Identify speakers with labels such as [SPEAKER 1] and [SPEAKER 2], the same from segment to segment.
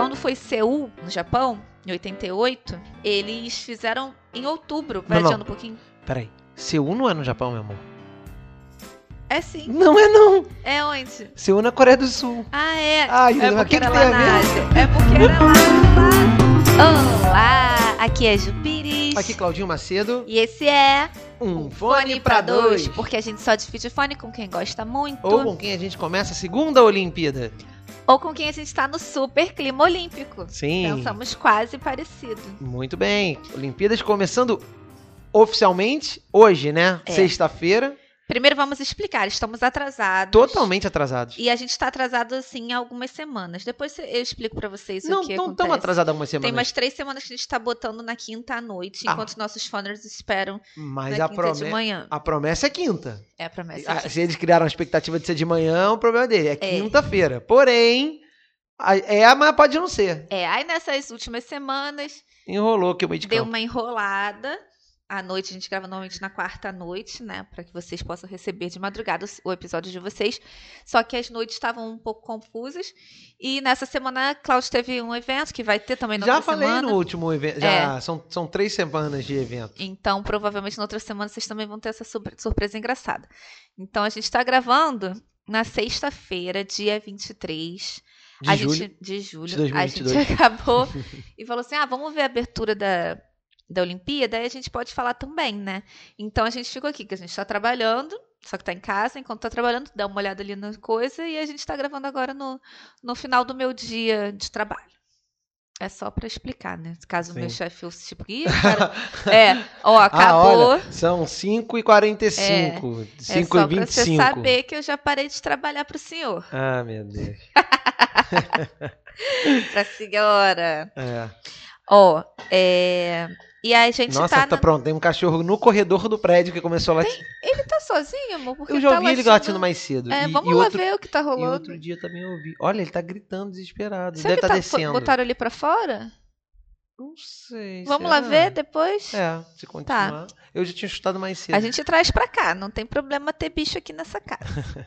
[SPEAKER 1] quando foi Seul, no Japão, em 88, eles fizeram em outubro, vai adiando um pouquinho.
[SPEAKER 2] Peraí, Seul não é no Japão, meu amor?
[SPEAKER 1] É sim.
[SPEAKER 2] Não é não.
[SPEAKER 1] É onde?
[SPEAKER 2] Seul na Coreia do Sul.
[SPEAKER 1] Ah, é.
[SPEAKER 2] Ai,
[SPEAKER 1] É porque
[SPEAKER 2] que
[SPEAKER 1] era
[SPEAKER 2] tem
[SPEAKER 1] lá
[SPEAKER 2] a
[SPEAKER 1] na
[SPEAKER 2] ver?
[SPEAKER 1] Ásia. É porque era lá. Olá, aqui é Jupires.
[SPEAKER 2] Aqui Claudinho Macedo.
[SPEAKER 1] E esse é
[SPEAKER 2] Um Fone pra Dois.
[SPEAKER 1] porque a gente só divide fone com quem gosta muito.
[SPEAKER 2] Ou com quem a gente começa a segunda Olimpíada.
[SPEAKER 1] Ou com quem a gente tá no super clima olímpico.
[SPEAKER 2] Sim.
[SPEAKER 1] Pensamos quase parecido.
[SPEAKER 2] Muito bem. Olimpíadas começando oficialmente hoje, né?
[SPEAKER 1] É.
[SPEAKER 2] Sexta-feira.
[SPEAKER 1] Primeiro vamos explicar, estamos atrasados.
[SPEAKER 2] Totalmente atrasados.
[SPEAKER 1] E a gente tá atrasado, assim, há algumas semanas. Depois eu explico pra vocês o que acontece.
[SPEAKER 2] Não estamos atrasados algumas
[SPEAKER 1] Tem
[SPEAKER 2] semanas.
[SPEAKER 1] umas 3 semanas que a gente tá botando na quinta à noite, enquanto nossos fones esperam
[SPEAKER 2] Mas
[SPEAKER 1] na
[SPEAKER 2] a
[SPEAKER 1] quinta de manhã.
[SPEAKER 2] promessa é quinta.
[SPEAKER 1] É a promessa.
[SPEAKER 2] Se eles criaram a expectativa de ser de manhã, o problema dele. É quinta-feira. Porém, mas pode não ser.
[SPEAKER 1] Aí nessas últimas semanas,
[SPEAKER 2] Enrolou que eu meio de
[SPEAKER 1] deu
[SPEAKER 2] campo.
[SPEAKER 1] uma enrolada. À noite, a gente grava normalmente na quarta noite, né? Pra que vocês possam receber de madrugada o episódio de vocês. Só que as noites estavam um pouco confusas. E nessa semana, a Cláudia teve um evento que vai ter também na
[SPEAKER 2] Já
[SPEAKER 1] outra
[SPEAKER 2] falei
[SPEAKER 1] semana.
[SPEAKER 2] no último evento. São 3 semanas de evento.
[SPEAKER 1] Então, provavelmente, na outra semana, vocês também vão ter essa surpresa engraçada. Então, a gente tá gravando na sexta-feira, dia 23 de julho de 2022. A gente acabou e falou assim, vamos ver a abertura da Olimpíada, aí a gente pode falar também, né? Então a gente ficou aqui, que a gente tá trabalhando, só que tá em casa, enquanto tá trabalhando, dá uma olhada ali na coisa, e a gente tá gravando agora no final do meu dia de trabalho. É só pra explicar, né? Caso o meu chefe fosse tipo, cara... acabou.
[SPEAKER 2] Olha, são 5h45, 5h25.
[SPEAKER 1] É só pra você saber que eu já parei de trabalhar pro senhor.
[SPEAKER 2] Ah, meu Deus.
[SPEAKER 1] Pra senhora.
[SPEAKER 2] É.
[SPEAKER 1] E aí a gente
[SPEAKER 2] tá pronto, tem um cachorro no corredor do prédio que começou a latir.
[SPEAKER 1] Ele tá sozinho, amor? Porque
[SPEAKER 2] eu já ouvi ele latindo mais cedo.
[SPEAKER 1] Vamos lá ver o que tá rolando.
[SPEAKER 2] E outro dia também eu ouvi. Olha, ele tá gritando desesperado.
[SPEAKER 1] Será
[SPEAKER 2] deve
[SPEAKER 1] que
[SPEAKER 2] tá descendo.
[SPEAKER 1] Botaram ele pra fora?
[SPEAKER 2] Não sei.
[SPEAKER 1] Vamos lá ver depois?
[SPEAKER 2] Se continuar. Eu já tinha chutado mais cedo.
[SPEAKER 1] A gente traz pra cá, não tem problema ter bicho aqui nessa casa.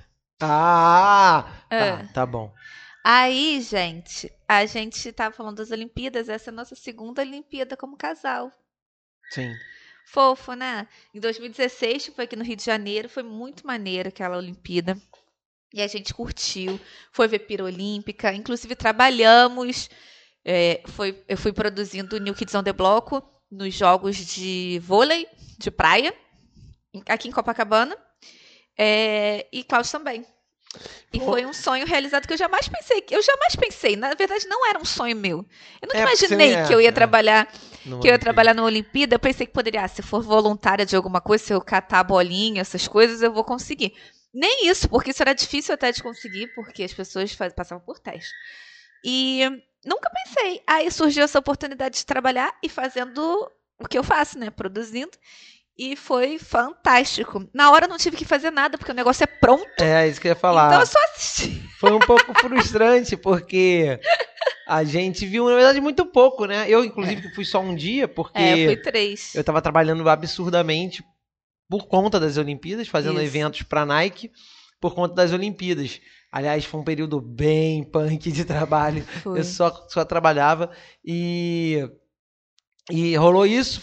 [SPEAKER 2] Tá bom.
[SPEAKER 1] Aí, gente, a gente tava falando das Olimpíadas, essa é a nossa segunda Olimpíada como casal.
[SPEAKER 2] Sim.
[SPEAKER 1] Fofo, né? Em 2016, foi aqui no Rio de Janeiro, foi muito maneiro aquela Olimpíada. E a gente curtiu, foi ver pira olímpica, inclusive trabalhamos, eu fui produzindo o New Kids on the Block nos jogos de vôlei, de praia, aqui em Copacabana, e Cláudio também. E foi um sonho realizado que eu jamais pensei. Na verdade, não era um sonho meu. Eu nunca imaginei que eu ia trabalhar na Olimpíada. Eu pensei que poderia, se for voluntária de alguma coisa, se eu catar a bolinha, essas coisas, eu vou conseguir. Nem isso, porque isso era difícil até de conseguir, porque as pessoas passavam por teste. E nunca pensei. Aí surgiu essa oportunidade de trabalhar e fazendo o que eu faço, né? Produzindo. E foi fantástico. Na hora eu não tive que fazer nada, porque o negócio é pronto.
[SPEAKER 2] É, isso que eu ia falar.
[SPEAKER 1] Então eu só assisti.
[SPEAKER 2] Foi um pouco frustrante, porque a gente viu, na verdade, muito pouco, né? Eu, inclusive, fui só um dia, porque...
[SPEAKER 1] eu fui 3.
[SPEAKER 2] Eu tava trabalhando absurdamente por conta das Olimpíadas, fazendo eventos pra Nike, por conta das Olimpíadas. Aliás, foi um período bem punk de trabalho.
[SPEAKER 1] Foi.
[SPEAKER 2] Eu só trabalhava e rolou isso,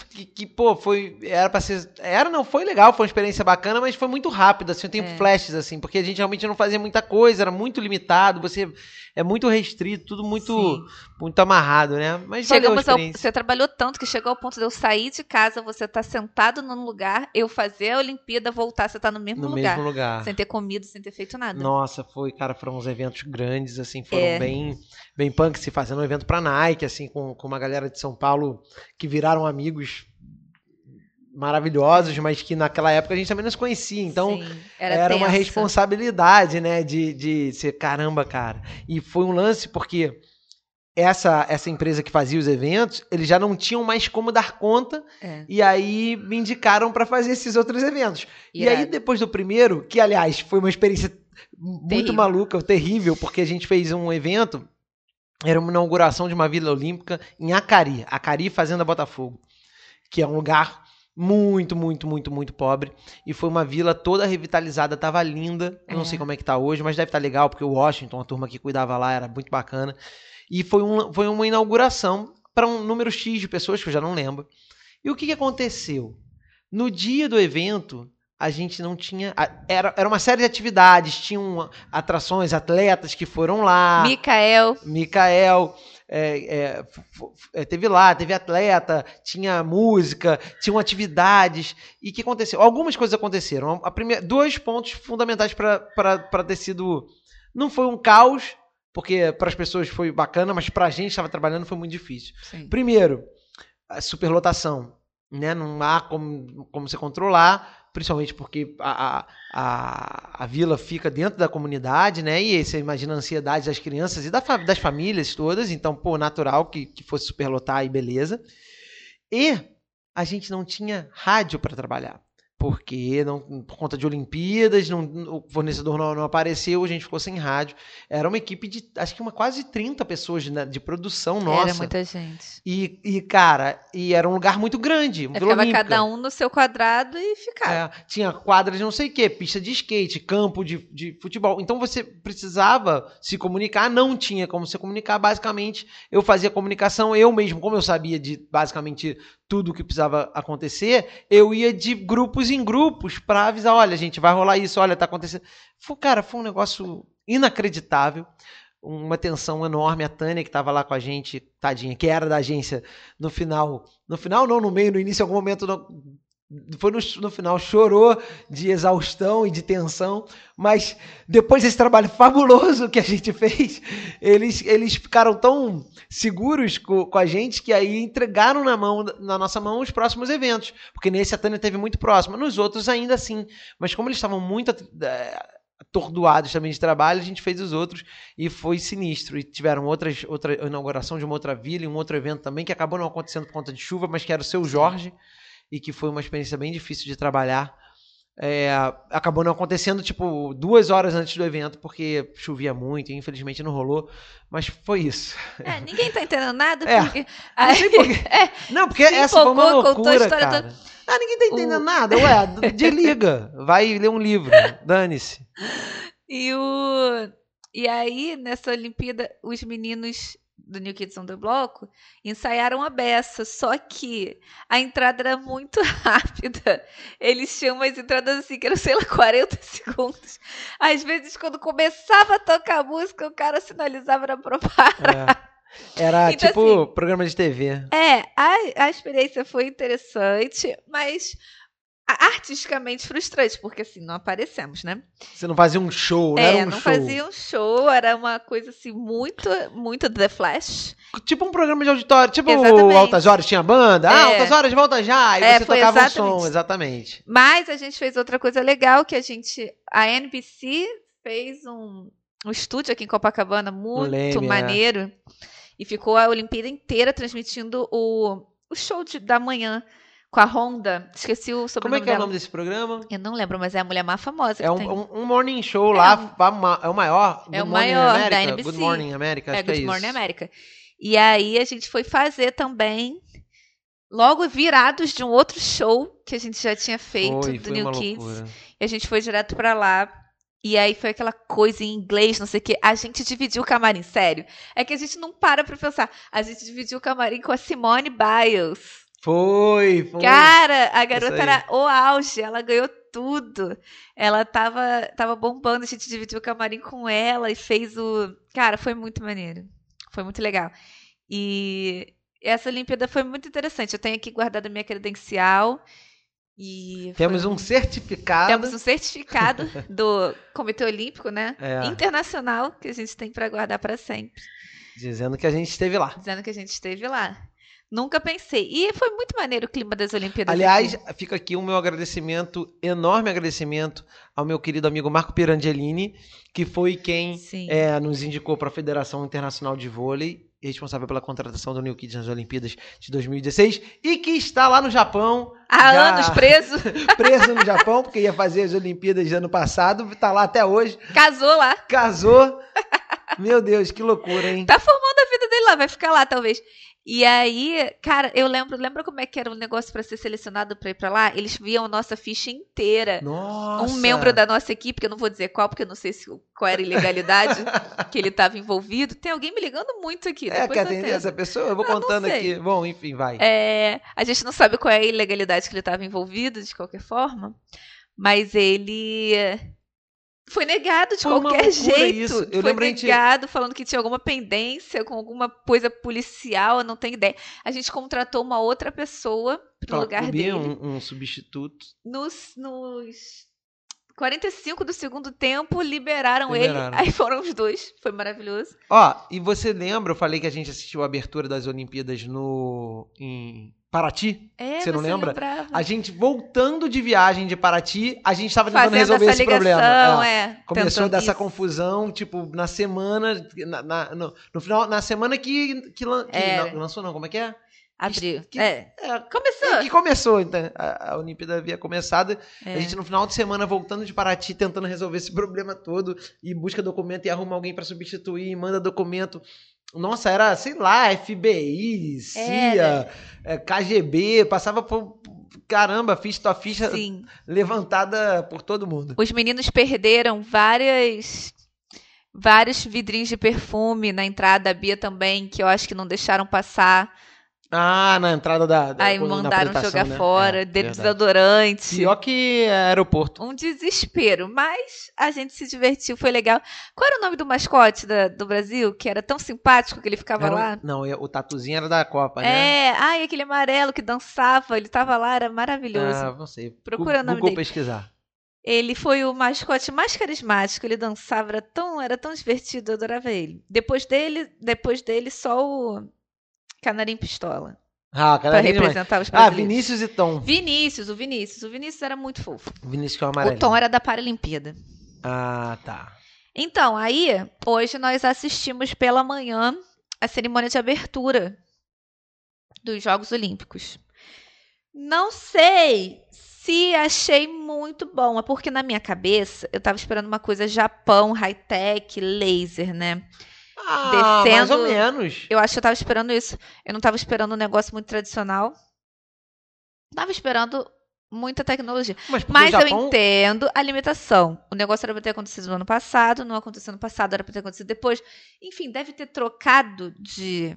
[SPEAKER 2] foi legal, foi uma experiência bacana, mas foi muito rápido, assim, eu tenho flashes, assim, porque a gente realmente não fazia muita coisa, era muito limitado, você é muito restrito, tudo muito amarrado, né? Mas valeu a experiência.
[SPEAKER 1] Você trabalhou tanto que chegou ao ponto de eu sair de casa, você tá sentado num lugar, eu fazer a Olimpíada, voltar, você tá no mesmo lugar. Sem ter comido, sem ter feito nada.
[SPEAKER 2] Nossa, foram uns eventos grandes, assim, foram bem punk, se fazendo um evento pra Nike, assim, com uma galera de São Paulo que viraram amigos maravilhosos, mas que naquela época a gente também não se conhecia, então era uma responsabilidade, né, de ser, caramba, cara. E foi um lance porque essa empresa que fazia os eventos, eles já não tinham mais como dar conta, e aí me indicaram para fazer esses outros eventos. E aí depois do primeiro, que aliás foi uma experiência muito maluca, terrível, porque a gente fez um evento, era uma inauguração de uma Vila Olímpica em Acari, Fazenda Botafogo, que é um lugar muito, muito, muito, muito pobre, e foi uma vila toda revitalizada, tava linda, eu não sei como é que tá hoje, mas deve estar legal, porque o Washington, a turma que cuidava lá, era muito bacana, E foi uma inauguração para um número X de pessoas, que eu já não lembro. E o que aconteceu? No dia do evento, a gente não tinha... Era uma série de atividades, tinham atrações, atletas que foram lá.
[SPEAKER 1] Micael.
[SPEAKER 2] Teve lá, teve atleta, tinha música, tinham atividades. E o que aconteceu? Algumas coisas aconteceram. Dois pontos fundamentais para ter sido... Não foi um caos, porque para as pessoas foi bacana, mas para a gente que estava trabalhando foi muito difícil.
[SPEAKER 1] Sim.
[SPEAKER 2] Primeiro, a superlotação. Né? Não há como você controlar, principalmente porque a vila fica dentro da comunidade, né? E aí você imagina a ansiedade das crianças e das famílias todas, então, natural que fosse superlotar e beleza. E a gente não tinha rádio para trabalhar, porque por conta de Olimpíadas, o fornecedor não apareceu, a gente ficou sem rádio. Era uma equipe de, acho que quase 30 pessoas de produção nossa.
[SPEAKER 1] Era muita gente.
[SPEAKER 2] Cara, era um lugar muito grande.
[SPEAKER 1] Ficava cada um no seu quadrado e ficava.
[SPEAKER 2] Tinha quadras de não sei o quê, pista de skate, campo de futebol. Então você precisava se comunicar, não tinha como se comunicar. Basicamente, eu fazia comunicação, eu mesmo, como eu sabia de basicamente tudo o que precisava acontecer, eu ia de grupos em grupos para avisar, olha, gente, vai rolar isso, olha, tá acontecendo. Foi um negócio inacreditável, uma tensão enorme. A Tânia, que estava lá com a gente, tadinha, que era da agência, no meio, no início, em algum momento, foi no final, chorou de exaustão e de tensão, mas depois desse trabalho fabuloso que a gente fez, eles ficaram tão seguros com a gente que aí entregaram na nossa mão os próximos eventos, porque nesse a Tânia teve muito próxima, nos outros ainda assim, mas como eles estavam muito atordoados também de trabalho, a gente fez os outros e foi sinistro, e tiveram outra inauguração de uma outra vila e um outro evento também, que acabou não acontecendo por conta de chuva, mas que era o Seu Jorge, e que foi uma experiência bem difícil de trabalhar. Acabou não acontecendo, 2 horas antes do evento, porque chovia muito e infelizmente não rolou, mas foi isso.
[SPEAKER 1] Ninguém tá entendendo nada, porque...
[SPEAKER 2] Não sei por quê. Não, porque essa foi uma loucura, cara. Ninguém tá entendendo nada, desliga, vai ler um livro, dane-se.
[SPEAKER 1] E aí, nessa Olimpíada, os meninos do New Kids on the Block ensaiaram a beça, só que a entrada era muito rápida. Eles tinham umas entradas assim, que eram, 40 segundos. Às vezes, quando começava a tocar a música, o cara sinalizava pra parar.
[SPEAKER 2] Era então, assim, programa de TV.
[SPEAKER 1] A experiência foi interessante, mas artisticamente frustrante, porque assim, não aparecemos, né?
[SPEAKER 2] Você não fazia um show, né?
[SPEAKER 1] Não fazia um show, era uma coisa assim, muito, muito The Flash.
[SPEAKER 2] Tipo um programa de auditório, o Altas Horas tinha banda, Altas Horas, volta já, e você tocava um som, exatamente.
[SPEAKER 1] Mas a gente fez outra coisa legal, que a NBC fez um estúdio aqui em Copacabana, muito maneiro, e ficou a Olimpíada inteira transmitindo o show da manhã, com a Honda, esqueci o sobrenome dela.
[SPEAKER 2] Como é que é o nome desse programa?
[SPEAKER 1] Eu não lembro, mas é a mulher mais famosa.
[SPEAKER 2] Um morning show lá, é o maior.
[SPEAKER 1] É o maior da NBC.
[SPEAKER 2] Good Morning America, acho que é isso.
[SPEAKER 1] Good Morning America. E aí a gente foi fazer também, logo virados de um outro show que a gente já tinha feito, do New Kids. E a gente foi direto pra lá. E aí foi aquela coisa em inglês, não sei o quê. A gente dividiu o camarim, sério. É que a gente não para pra pensar. A gente dividiu o camarim com a Simone Biles.
[SPEAKER 2] Foi.
[SPEAKER 1] Cara, a garota era o auge, ela ganhou tudo. Ela tava bombando, a gente dividiu o camarim com ela e fez Cara, foi muito maneiro. Foi muito legal. E essa Olimpíada foi muito interessante. Eu tenho aqui guardado a minha credencial.
[SPEAKER 2] Temos um certificado.
[SPEAKER 1] Temos um certificado do Comitê Olímpico, né? Internacional, que a gente tem para guardar para sempre.
[SPEAKER 2] Dizendo que a gente esteve lá.
[SPEAKER 1] Nunca pensei. E foi muito maneiro o clima das Olimpíadas.
[SPEAKER 2] Aliás, fica aqui o meu agradecimento, enorme agradecimento ao meu querido amigo Marco Pirangelini, que foi quem nos indicou para a Federação Internacional de Vôlei, responsável pela contratação do New Kids nas Olimpíadas de 2016, e que está lá no Japão.
[SPEAKER 1] Há anos preso.
[SPEAKER 2] Preso no Japão, porque ia fazer as Olimpíadas de ano passado, está lá até hoje.
[SPEAKER 1] Casou lá.
[SPEAKER 2] Casou. Meu Deus, que loucura, hein?
[SPEAKER 1] Tá formando a vida dele lá, vai ficar lá, talvez. E aí, cara, eu lembro como é que era o negócio para ser selecionado para ir para lá? Eles viam a nossa ficha inteira.
[SPEAKER 2] Nossa!
[SPEAKER 1] Um membro da nossa equipe, que eu não vou dizer qual, porque eu não sei qual era a ilegalidade que ele estava envolvido. Tem alguém me ligando muito aqui.
[SPEAKER 2] Quer atender essa pessoa? Eu vou contando aqui. Bom, enfim, vai.
[SPEAKER 1] A gente não sabe qual é a ilegalidade que ele estava envolvido, de qualquer forma. Mas ele... foi negado de qualquer jeito.
[SPEAKER 2] Isso. Eu
[SPEAKER 1] foi negado, falando que tinha alguma pendência com alguma coisa policial, eu não tenho ideia. A gente contratou uma outra pessoa pro lugar dele.
[SPEAKER 2] Um substituto.
[SPEAKER 1] Nos 45 do segundo tempo, liberaram ele. Aí foram os dois. Foi maravilhoso.
[SPEAKER 2] E você lembra, eu falei que a gente assistiu a abertura das Olimpíadas em Paraty? Você não lembra?
[SPEAKER 1] Lembrava.
[SPEAKER 2] A gente voltando de viagem de Paraty, a gente estava tentando resolver esse problema. Começou dessa confusão, tipo, na semana, no final, na semana que lançou, não, como é que é?
[SPEAKER 1] Abril.
[SPEAKER 2] Começou. Que começou, então. A Olimpíada havia começado. A gente, no final de semana, voltando de Paraty, tentando resolver esse problema todo, e busca documento e arruma alguém para substituir, e manda documento. Nossa, era, sei lá, FBI, CIA, KGB, passava por... Caramba, tua ficha
[SPEAKER 1] Sim.
[SPEAKER 2] levantada por todo mundo.
[SPEAKER 1] Os meninos perderam vários vidrinhos de perfume na entrada, a Bia também, que eu acho que não deixaram passar.
[SPEAKER 2] Na entrada da
[SPEAKER 1] aí mandaram jogar fora, desodorante.
[SPEAKER 2] Pior que aeroporto.
[SPEAKER 1] Um desespero, mas a gente se divertiu, foi legal. Qual era o nome do mascote do Brasil, que era tão simpático que ele ficava lá?
[SPEAKER 2] Não, o tatuzinho era da Copa, né?
[SPEAKER 1] Aquele amarelo que dançava, ele tava lá, era maravilhoso.
[SPEAKER 2] Não sei.
[SPEAKER 1] Procura o nome
[SPEAKER 2] Google
[SPEAKER 1] dele.
[SPEAKER 2] Pesquisar.
[SPEAKER 1] Ele foi o mascote mais carismático, ele dançava, era tão divertido, eu adorava ele. Depois dele só o Canarinho Pistola.
[SPEAKER 2] Para
[SPEAKER 1] representar os brasileiros.
[SPEAKER 2] Vinícius e Tom.
[SPEAKER 1] O Vinícius era muito fofo.
[SPEAKER 2] O Vinícius que é o amarelo.
[SPEAKER 1] O Tom era da Paralimpíada.
[SPEAKER 2] Tá.
[SPEAKER 1] Então, aí, hoje nós assistimos pela manhã a cerimônia de abertura dos Jogos Olímpicos. Não sei se achei muito bom, é porque na minha cabeça eu tava esperando uma coisa Japão, high-tech, laser, né?
[SPEAKER 2] Mais ou menos.
[SPEAKER 1] Eu acho que eu tava esperando isso. Eu não tava esperando um negócio muito tradicional. Tava esperando muita tecnologia. Mas eu entendo a limitação. O negócio era pra ter acontecido no ano passado, não aconteceu no passado, era pra ter acontecido depois. Enfim, deve ter trocado de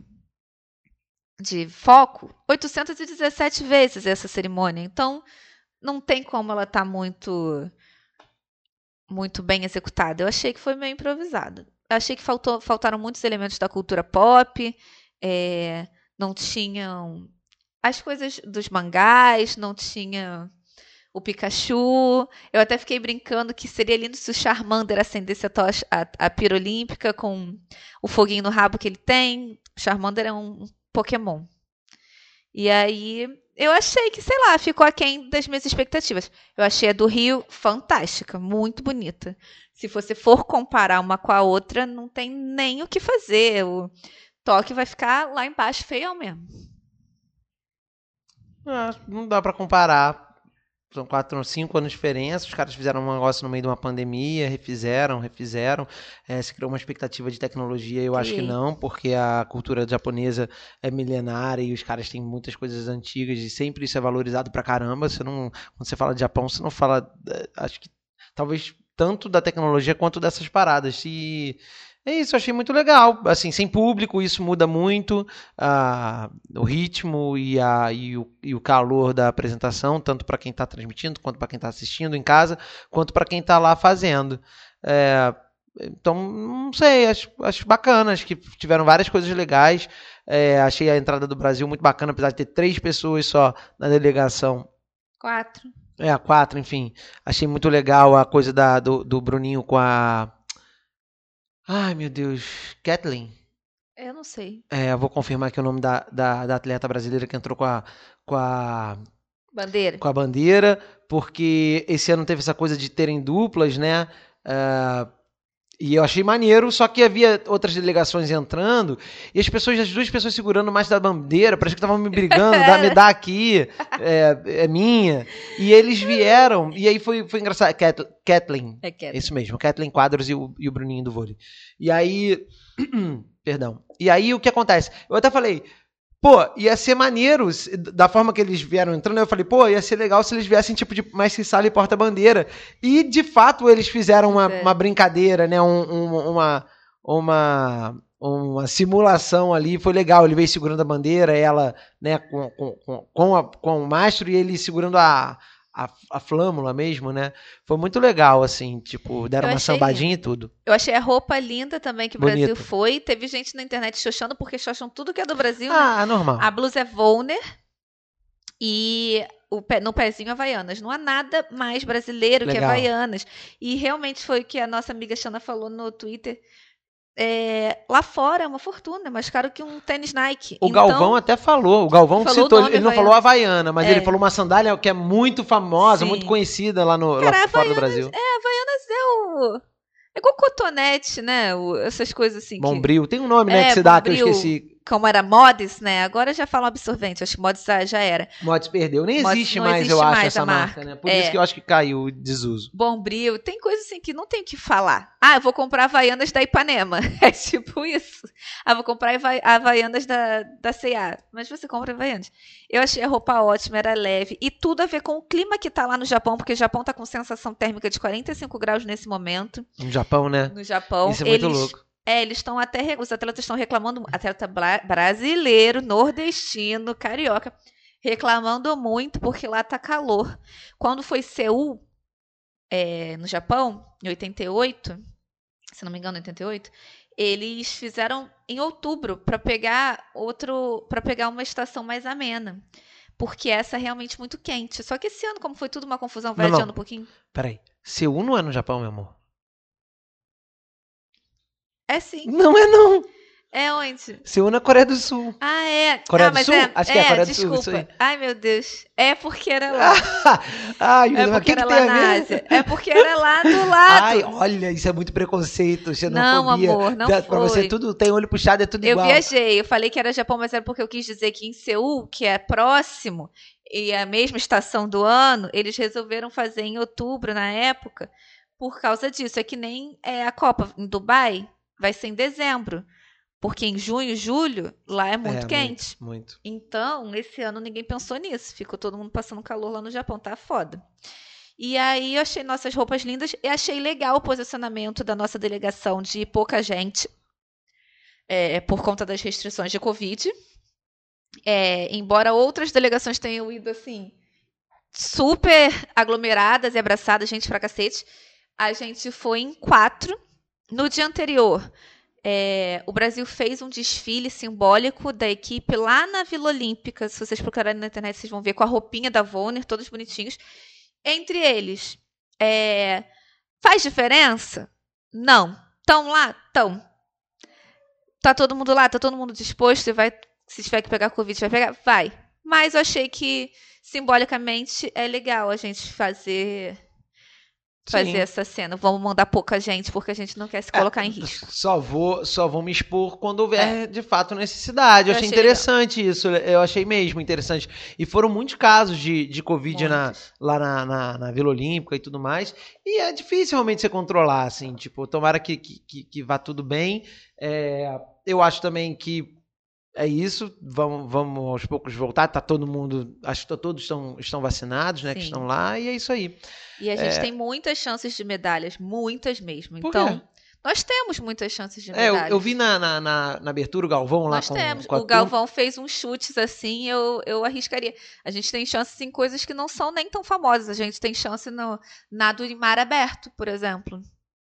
[SPEAKER 1] foco 817 vezes essa cerimônia. Então, não tem como ela estar muito bem executada. Eu achei que foi meio improvisada. Eu achei que faltaram muitos elementos da cultura pop, não tinham as coisas dos mangás, não tinha o Pikachu. Eu até fiquei brincando que seria lindo se o Charmander acendesse a pira olímpica com o foguinho no rabo que ele tem. O Charmander é um Pokémon. E aí, eu achei que, sei lá, ficou aquém das minhas expectativas. Eu achei a do Rio fantástica, muito bonita. Se você for comparar uma com a outra, não tem nem o que fazer. O Tóquio vai ficar lá embaixo feião mesmo.
[SPEAKER 2] Não dá pra comparar. São 4 ou 5 anos de diferença. Os caras fizeram um negócio no meio de uma pandemia, refizeram. Se criou uma expectativa de tecnologia, eu acho que não, porque a cultura japonesa é milenária e os caras têm muitas coisas antigas e sempre isso é valorizado pra caramba. Quando você fala de Japão, você não fala, acho que talvez tanto da tecnologia quanto dessas paradas. E é isso, eu achei muito legal. Assim, sem público, isso muda muito o ritmo e o calor da apresentação, tanto para quem está transmitindo, quanto para quem está assistindo em casa, quanto para quem está lá fazendo. Então, não sei, acho bacana, acho que tiveram várias coisas legais. Achei a entrada do Brasil muito bacana, apesar de ter 3 pessoas só na delegação.
[SPEAKER 1] 4.
[SPEAKER 2] 4, enfim. Achei muito legal a coisa do Bruninho com a... Ai, meu Deus. Kathleen?
[SPEAKER 1] Eu não sei.
[SPEAKER 2] Eu vou confirmar aqui o nome da atleta brasileira que entrou com a
[SPEAKER 1] bandeira.
[SPEAKER 2] Com a bandeira, porque esse ano teve essa coisa de terem duplas, né? E eu achei maneiro, só que havia outras delegações entrando e as 2 pessoas segurando mais da bandeira, parece que estavam me brigando, me dá aqui, é minha. E eles vieram, e aí foi engraçado. Kathleen. Isso mesmo, Kathleen Quadros e o Bruninho do vôlei. E aí, perdão. E aí, o que acontece? Eu até falei, pô, ia ser maneiro, da forma que eles vieram entrando, eu falei, pô, ia ser legal se eles viessem tipo de mestre sala e porta-bandeira. E, de fato, eles fizeram uma brincadeira, né? Uma simulação ali, foi legal. Ele veio segurando a bandeira, ela, né, com o mastro e ele segurando a flâmula mesmo, né? Foi muito legal, assim, tipo, deram uma sambadinha e tudo.
[SPEAKER 1] Eu achei a roupa linda também que o Brasil foi. Teve gente na internet xoxando, porque xoxam tudo que é do Brasil, né?
[SPEAKER 2] Normal.
[SPEAKER 1] A blusa é Volner e no pezinho Havaianas. Não há nada mais brasileiro que Havaianas. E realmente foi o que a nossa amiga Xana falou no Twitter. Lá fora é uma fortuna, mais caro que um tênis Nike.
[SPEAKER 2] O Galvão até falou, o Galvão citou, ele não falou Havaiana, mas ele falou uma sandália que é muito famosa, muito conhecida lá fora do Brasil.
[SPEAKER 1] Havaianas é igual cotonete, né? Essas coisas assim.
[SPEAKER 2] Bombril, tem um nome, né, que se dá, que eu esqueci.
[SPEAKER 1] Como era Modis, né? Agora já falam absorvente. Acho que Modis já era.
[SPEAKER 2] Modis perdeu. Nem existe mais, eu acho, essa marca, né? Por isso que eu acho que caiu o desuso.
[SPEAKER 1] Bombril. Tem coisa assim que não tem o que falar. Eu vou comprar Havaianas da Ipanema. É tipo isso. Vou comprar Havaianas da C&A. Mas você compra Havaianas. Eu achei a roupa ótima, era leve. E tudo a ver com o clima que tá lá no Japão, porque o Japão tá com sensação térmica de 45 graus nesse momento.
[SPEAKER 2] No Japão, né?
[SPEAKER 1] No Japão.
[SPEAKER 2] Isso é muito louco.
[SPEAKER 1] Eles estão os atletas estão reclamando, atleta brasileiro, nordestino, carioca, reclamando muito porque lá tá calor. Quando foi Seul, no Japão, em 88, se não me engano, 88, eles fizeram em outubro para pegar uma estação mais amena. Porque essa é realmente muito quente. Só que esse ano, como foi tudo uma confusão, vai adiando um pouquinho.
[SPEAKER 2] Peraí, Seul não é no Japão, meu amor?
[SPEAKER 1] É sim.
[SPEAKER 2] Não é não.
[SPEAKER 1] É onde?
[SPEAKER 2] Seul na Coreia do Sul.
[SPEAKER 1] É.
[SPEAKER 2] Coreia do Sul? Acho que é Coreia do
[SPEAKER 1] Sul.
[SPEAKER 2] Desculpa.
[SPEAKER 1] Ai, meu Deus. É porque era lá.
[SPEAKER 2] É porque
[SPEAKER 1] era lá na Ásia. É porque era lá do lado.
[SPEAKER 2] Ai, olha, isso é muito preconceito, xenofobia.
[SPEAKER 1] Não, amor, não foi.
[SPEAKER 2] Pra você tudo tem olho puxado, é tudo igual.
[SPEAKER 1] Eu viajei, eu falei que era Japão, mas era porque eu quis dizer que em Seul, que é próximo, e a mesma estação do ano, eles resolveram fazer em outubro, na época, por causa disso. É que nem a Copa em Dubai. Vai ser em dezembro, porque em junho, julho, lá é muito quente.
[SPEAKER 2] Muito.
[SPEAKER 1] Então, esse ano ninguém pensou nisso. Ficou todo mundo passando calor lá no Japão, tá foda. E aí eu achei nossas roupas lindas e achei legal o posicionamento da nossa delegação de pouca gente, por conta das restrições de Covid. Embora outras delegações tenham ido assim, super aglomeradas e abraçadas, gente pra cacete, a gente foi em 4. No dia anterior, o Brasil fez um desfile simbólico da equipe lá na Vila Olímpica. Se vocês procurarem na internet, vocês vão ver com a roupinha da Volner, todos bonitinhos. Entre eles, faz diferença? Não. Estão lá? Estão. Tá todo mundo lá? Tá todo mundo disposto? Se tiver que pegar Covid, vai pegar? Vai. Mas eu achei que, simbolicamente, é legal a gente fazer essa cena. Vamos mandar pouca gente, porque a gente não quer se colocar em risco.
[SPEAKER 2] Só vou me expor quando houver, de fato, necessidade. Eu achei interessante legal. Isso. Eu achei mesmo interessante. E foram muitos casos de Covid lá na Vila Olímpica e tudo mais. E é difícil realmente você controlar, assim. Tipo, tomara que vá tudo bem. Eu acho também que é isso, vamos aos poucos voltar, tá todo mundo, acho que todos estão vacinados, né, Sim. que estão lá, e é isso aí.
[SPEAKER 1] E a gente tem muitas chances de medalhas, muitas mesmo, então nós temos muitas chances de medalhas.
[SPEAKER 2] Eu vi na abertura o Galvão lá
[SPEAKER 1] nós temos. O Galvão fez uns chutes assim, eu arriscaria. A gente tem chances em coisas que não são nem tão famosas, a gente tem chance no nado em mar aberto, por exemplo.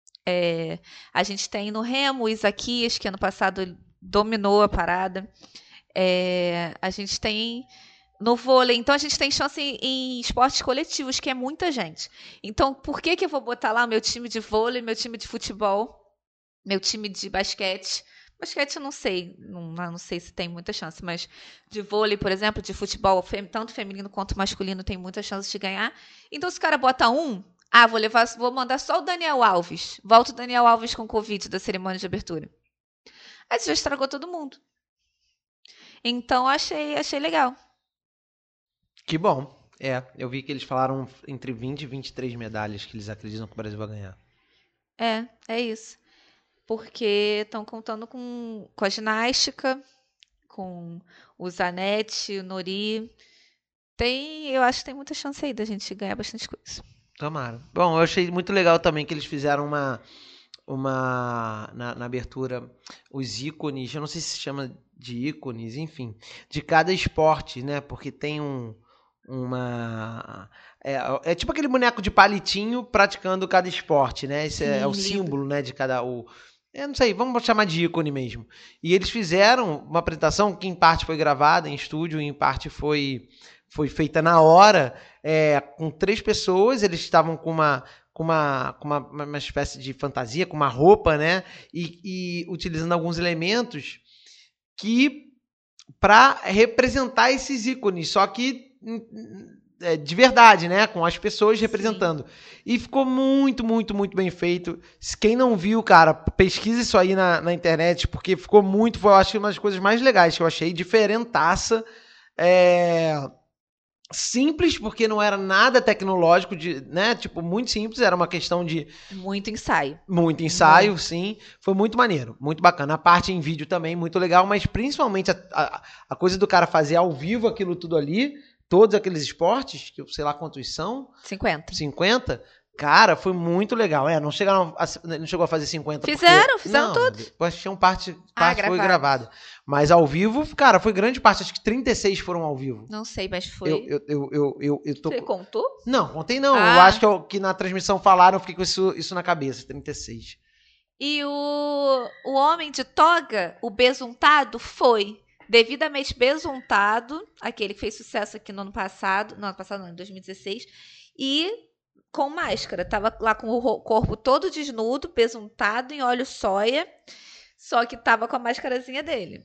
[SPEAKER 1] A gente tem no remo o Isaquias, que ano passado dominou a parada. A gente tem no vôlei. Então, a gente tem chance em esportes coletivos, que é muita gente. Então, por que eu vou botar lá o meu time de vôlei, meu time de futebol, meu time de basquete? Basquete eu não sei. Não sei se tem muita chance, mas de vôlei, por exemplo, de futebol, tanto feminino quanto masculino, tem muita chance de ganhar. Então, se o cara bota vou mandar só o Daniel Alves. Volta o Daniel Alves com Covid da cerimônia de abertura. Aí você já estragou todo mundo. Então, achei legal.
[SPEAKER 2] Que bom. Eu vi que eles falaram entre 20 e 23 medalhas que eles acreditam que o Brasil vai ganhar.
[SPEAKER 1] É isso. porque estão contando com a ginástica, com o Zanetti, o Nori. Eu acho que tem muita chance aí da gente ganhar bastante coisa.
[SPEAKER 2] Tomara. Bom, eu achei muito legal também que eles fizeram na abertura os ícones, eu não sei se chama de ícones, enfim, de cada esporte, né? Porque tem é tipo aquele boneco de palitinho praticando cada esporte, né? Esse é o símbolo, né, de cada eu não sei, vamos chamar de ícone mesmo. E eles fizeram uma apresentação que em parte foi gravada em estúdio, em parte foi feita na hora, com 3 pessoas, eles estavam com uma espécie de fantasia, com uma roupa, né? E utilizando alguns elementos para representar esses ícones, só que de verdade, né? Com as pessoas representando. Sim. E ficou muito, muito, muito bem feito. Quem não viu, cara, pesquisa isso aí na internet, porque ficou muito, foi, eu acho, uma das coisas mais legais que eu achei, diferentaça. Simples, porque não era nada tecnológico, né? Tipo, muito simples, era uma questão de...
[SPEAKER 1] Muito ensaio.
[SPEAKER 2] Muito ensaio, sim. Foi muito maneiro, muito bacana. A parte em vídeo também, muito legal, mas principalmente a coisa do cara fazer ao vivo aquilo tudo ali, todos aqueles esportes, que eu sei lá quantos são.
[SPEAKER 1] 50.
[SPEAKER 2] Cara, foi muito legal. Não chegou a fazer 50.
[SPEAKER 1] Fizeram
[SPEAKER 2] não,
[SPEAKER 1] todos.
[SPEAKER 2] Depois tinha parte foi gravada. Mas ao vivo, cara, foi grande parte. Acho que 36 foram ao vivo.
[SPEAKER 1] Não sei, mas foi.
[SPEAKER 2] Você
[SPEAKER 1] contou?
[SPEAKER 2] Não, contei não. Eu acho que na transmissão falaram, eu fiquei com isso na cabeça. 36.
[SPEAKER 1] E o homem de toga, o besuntado, foi devidamente besuntado. Aquele que fez sucesso aqui no ano passado. No ano passado, não, em 2016. E... com máscara, tava lá com o corpo todo desnudo, besuntado em óleo soia, só que tava com a máscarazinha dele.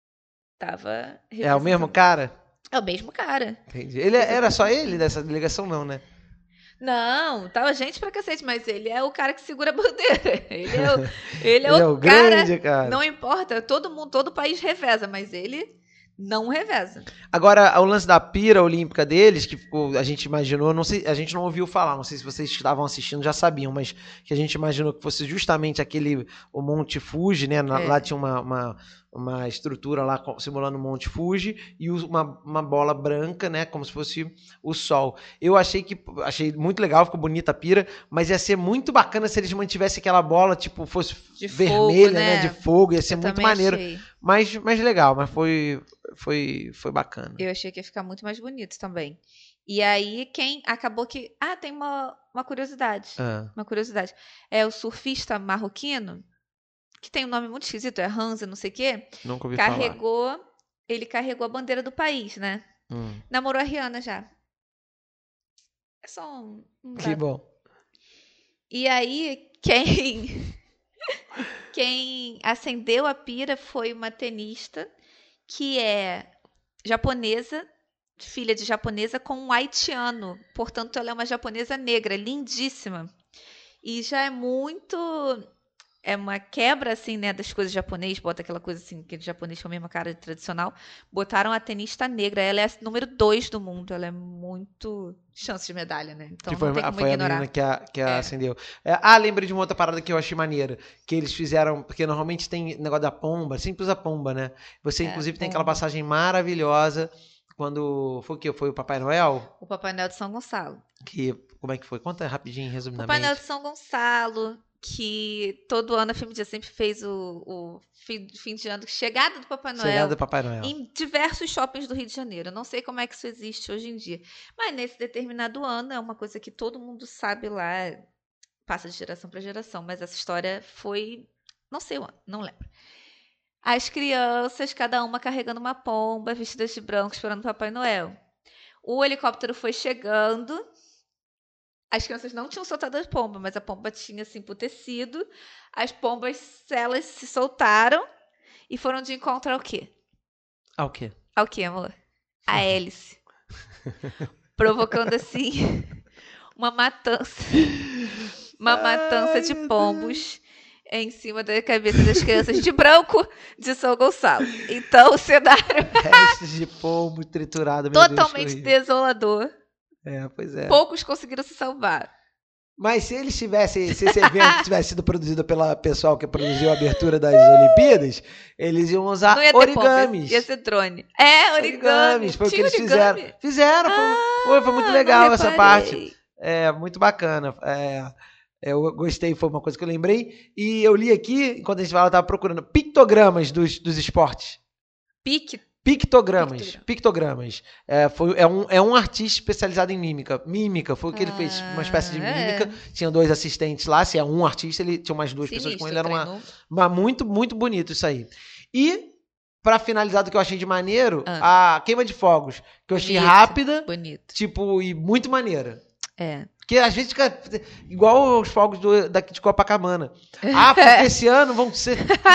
[SPEAKER 1] Tava...
[SPEAKER 2] É o mesmo cara?
[SPEAKER 1] É o mesmo cara.
[SPEAKER 2] Entendi. Era só ele dessa delegação, não, né?
[SPEAKER 1] Não, tava gente pra cacete, mas ele é o cara que segura a bandeira. Ele é o
[SPEAKER 2] grande cara.
[SPEAKER 1] Não importa, todo o país reveza, mas ele... não reveza.
[SPEAKER 2] Agora, o lance da pira olímpica deles, que a gente imaginou, não sei, a gente não ouviu falar, não sei se vocês estavam assistindo, já sabiam, mas que a gente imaginou que fosse justamente o Monte Fuji, né? Lá tinha uma estrutura lá simulando o Monte Fuji e uma bola branca, né? Como se fosse o sol. Eu achei muito legal, ficou bonita a pira, mas ia ser muito bacana se eles mantivessem aquela bola, tipo, fosse de vermelha, fogo, né? De fogo, ia ser muito maneiro. Mas legal, mas foi bacana.
[SPEAKER 1] Eu achei que ia ficar muito mais bonito também. E aí, acabou que... tem uma curiosidade. Uma curiosidade. É o surfista marroquino, que tem um nome muito esquisito, é Hansa, não sei o quê.
[SPEAKER 2] Nunca ouvi falar.
[SPEAKER 1] Ele carregou a bandeira do país, né? Namorou a Rihanna já. É só um
[SPEAKER 2] que bom.
[SPEAKER 1] E aí, quem acendeu a pira foi uma tenista que é japonesa, filha de japonesa com um haitiano. Portanto, ela é uma japonesa negra, lindíssima. E já é muito... é uma quebra, assim, né, das coisas japonês. Bota aquela coisa, assim, aquele japonês com a mesma cara tradicional. Botaram a tenista negra. Ela é a número 2 do mundo. Ela é muito... chance de medalha, né? Então não tem como ignorar.
[SPEAKER 2] A menina que acendeu. Lembrei de uma outra parada que eu achei maneira. Que eles fizeram... porque normalmente tem negócio da pomba. Sempre usa pomba, né? Você, inclusive, tem aquela passagem maravilhosa... quando... foi o quê? Foi o Papai Noel?
[SPEAKER 1] O Papai Noel de São Gonçalo.
[SPEAKER 2] Como é que foi? Conta rapidinho, resumidamente.
[SPEAKER 1] O Papai Noel de São Gonçalo... que todo ano a FMG sempre fez o fim de ano, chegada do Papai Noel.
[SPEAKER 2] Chegada do Papai Noel.
[SPEAKER 1] Em diversos shoppings do Rio de Janeiro. Eu não sei como é que isso existe hoje em dia. Mas nesse determinado ano, é uma coisa que todo mundo sabe lá, passa de geração para geração. Mas essa história foi... não sei o ano, não lembro. As crianças, cada uma carregando uma pomba, vestidas de branco, esperando o Papai Noel. O helicóptero foi chegando... as crianças não tinham soltado a pomba, mas a pomba tinha se emputecido. As pombas, elas se soltaram e foram de encontro ao quê?
[SPEAKER 2] Ao quê?
[SPEAKER 1] Ao quê, amor? A hélice. Provocando, assim, uma matança. Uma matança de pombos em cima da cabeça das crianças de branco de São Gonçalo. Então, o cenário...
[SPEAKER 2] restos de pombo triturado.
[SPEAKER 1] Totalmente desolador.
[SPEAKER 2] Pois é.
[SPEAKER 1] Poucos conseguiram se salvar.
[SPEAKER 2] Mas se eles tivessem, se esse evento tivesse sido produzido pela pessoal que produziu a abertura das Olimpíadas, eles iam usar origamis.
[SPEAKER 1] Ia ser drone. Origamis.
[SPEAKER 2] Foi o que eles fizeram. Foi muito legal essa parte. Muito bacana. Eu gostei, foi uma coisa que eu lembrei. E eu li aqui, enquanto a gente estava procurando, pictogramas dos esportes. Pictogramas. É um artista especializado em mímica. Mímica, foi o que ele fez, uma espécie de mímica. Tinha 2 assistentes lá, se é um artista, ele tinha mais 2 pessoas com ele. Era muito, muito bonito isso aí. E, pra finalizar do que eu achei de maneiro, a queima de fogos, que eu achei rápida, tipo, e muito maneira. Porque às vezes fica igual os fogos daqui de Copacabana. Porque esse ano vão ser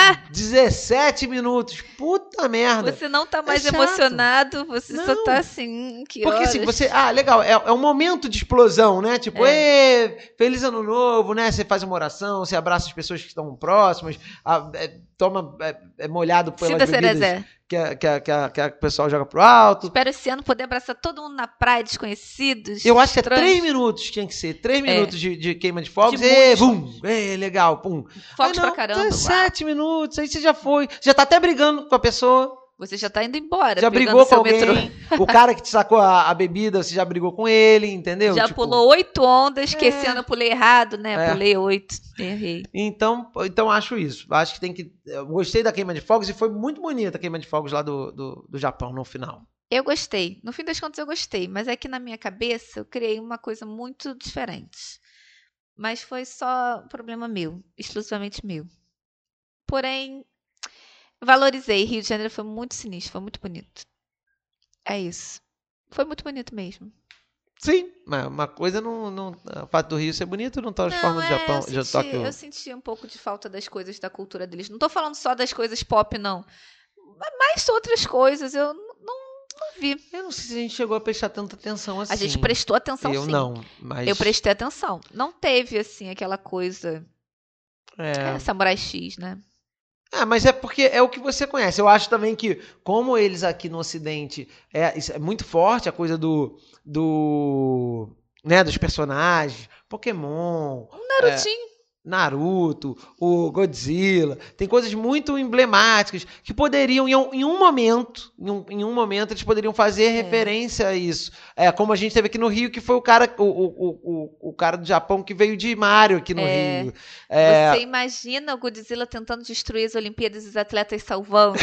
[SPEAKER 2] 17 minutos. Puta merda.
[SPEAKER 1] Você não tá mais emocionado, você só tá assim, que
[SPEAKER 2] porque
[SPEAKER 1] horas?
[SPEAKER 2] assim, você... legal, é um momento de explosão, né? Tipo, feliz ano novo, né? Você faz uma oração, você abraça as pessoas que estão próximas, toma molhado pelas bebidas que o pessoal joga pro alto.
[SPEAKER 1] Espero esse ano poder abraçar todo mundo na praia, desconhecidos.
[SPEAKER 2] Eu acho que 3 minutos tinha que ser. 3 minutos de queima de fogos. Legal, pum.
[SPEAKER 1] Fogos pra caramba.
[SPEAKER 2] 7 minutos, aí você já foi. Já tá até brigando com a pessoa.
[SPEAKER 1] Você já tá indo embora.
[SPEAKER 2] Já brigou com alguém. O cara que te sacou a bebida, você já brigou com ele, entendeu?
[SPEAKER 1] Já pulou 8 ondas, que esse ano eu pulei errado, né? Pulei 8. Errei.
[SPEAKER 2] Então acho isso. Acho que tem que... Eu gostei da queima de fogos e foi muito bonita a queima de fogos lá do Japão no final.
[SPEAKER 1] Eu gostei. No fim das contas eu gostei. Mas é que na minha cabeça eu criei uma coisa muito diferente. Mas foi só problema meu. Exclusivamente meu. Porém, valorizei. Rio de Janeiro foi muito sinistro. Foi muito bonito. É isso. Foi muito bonito mesmo.
[SPEAKER 2] Sim, mas uma coisa não... O fato do Rio ser bonito não transforma do Japão.
[SPEAKER 1] Eu senti um pouco de falta das coisas da cultura deles. Não tô falando só das coisas pop, não. Mas outras coisas eu não vi.
[SPEAKER 2] Eu não sei se a gente chegou a prestar tanta atenção assim.
[SPEAKER 1] A gente prestou atenção, sim.
[SPEAKER 2] Eu não, mas...
[SPEAKER 1] Eu prestei atenção. Não teve, assim, aquela coisa... Samurai X, né?
[SPEAKER 2] Mas é porque é o que você conhece. Eu acho também que, como eles aqui no Ocidente, isso é muito forte, a coisa dos personagens, Pokémon... Naruto, o Godzilla, tem coisas muito emblemáticas que poderiam, em um momento, eles poderiam fazer referência a isso. Como a gente teve aqui no Rio, que foi o cara do Japão que veio de Mario aqui no Rio.
[SPEAKER 1] Você imagina o Godzilla tentando destruir as Olimpíadas e os atletas salvando?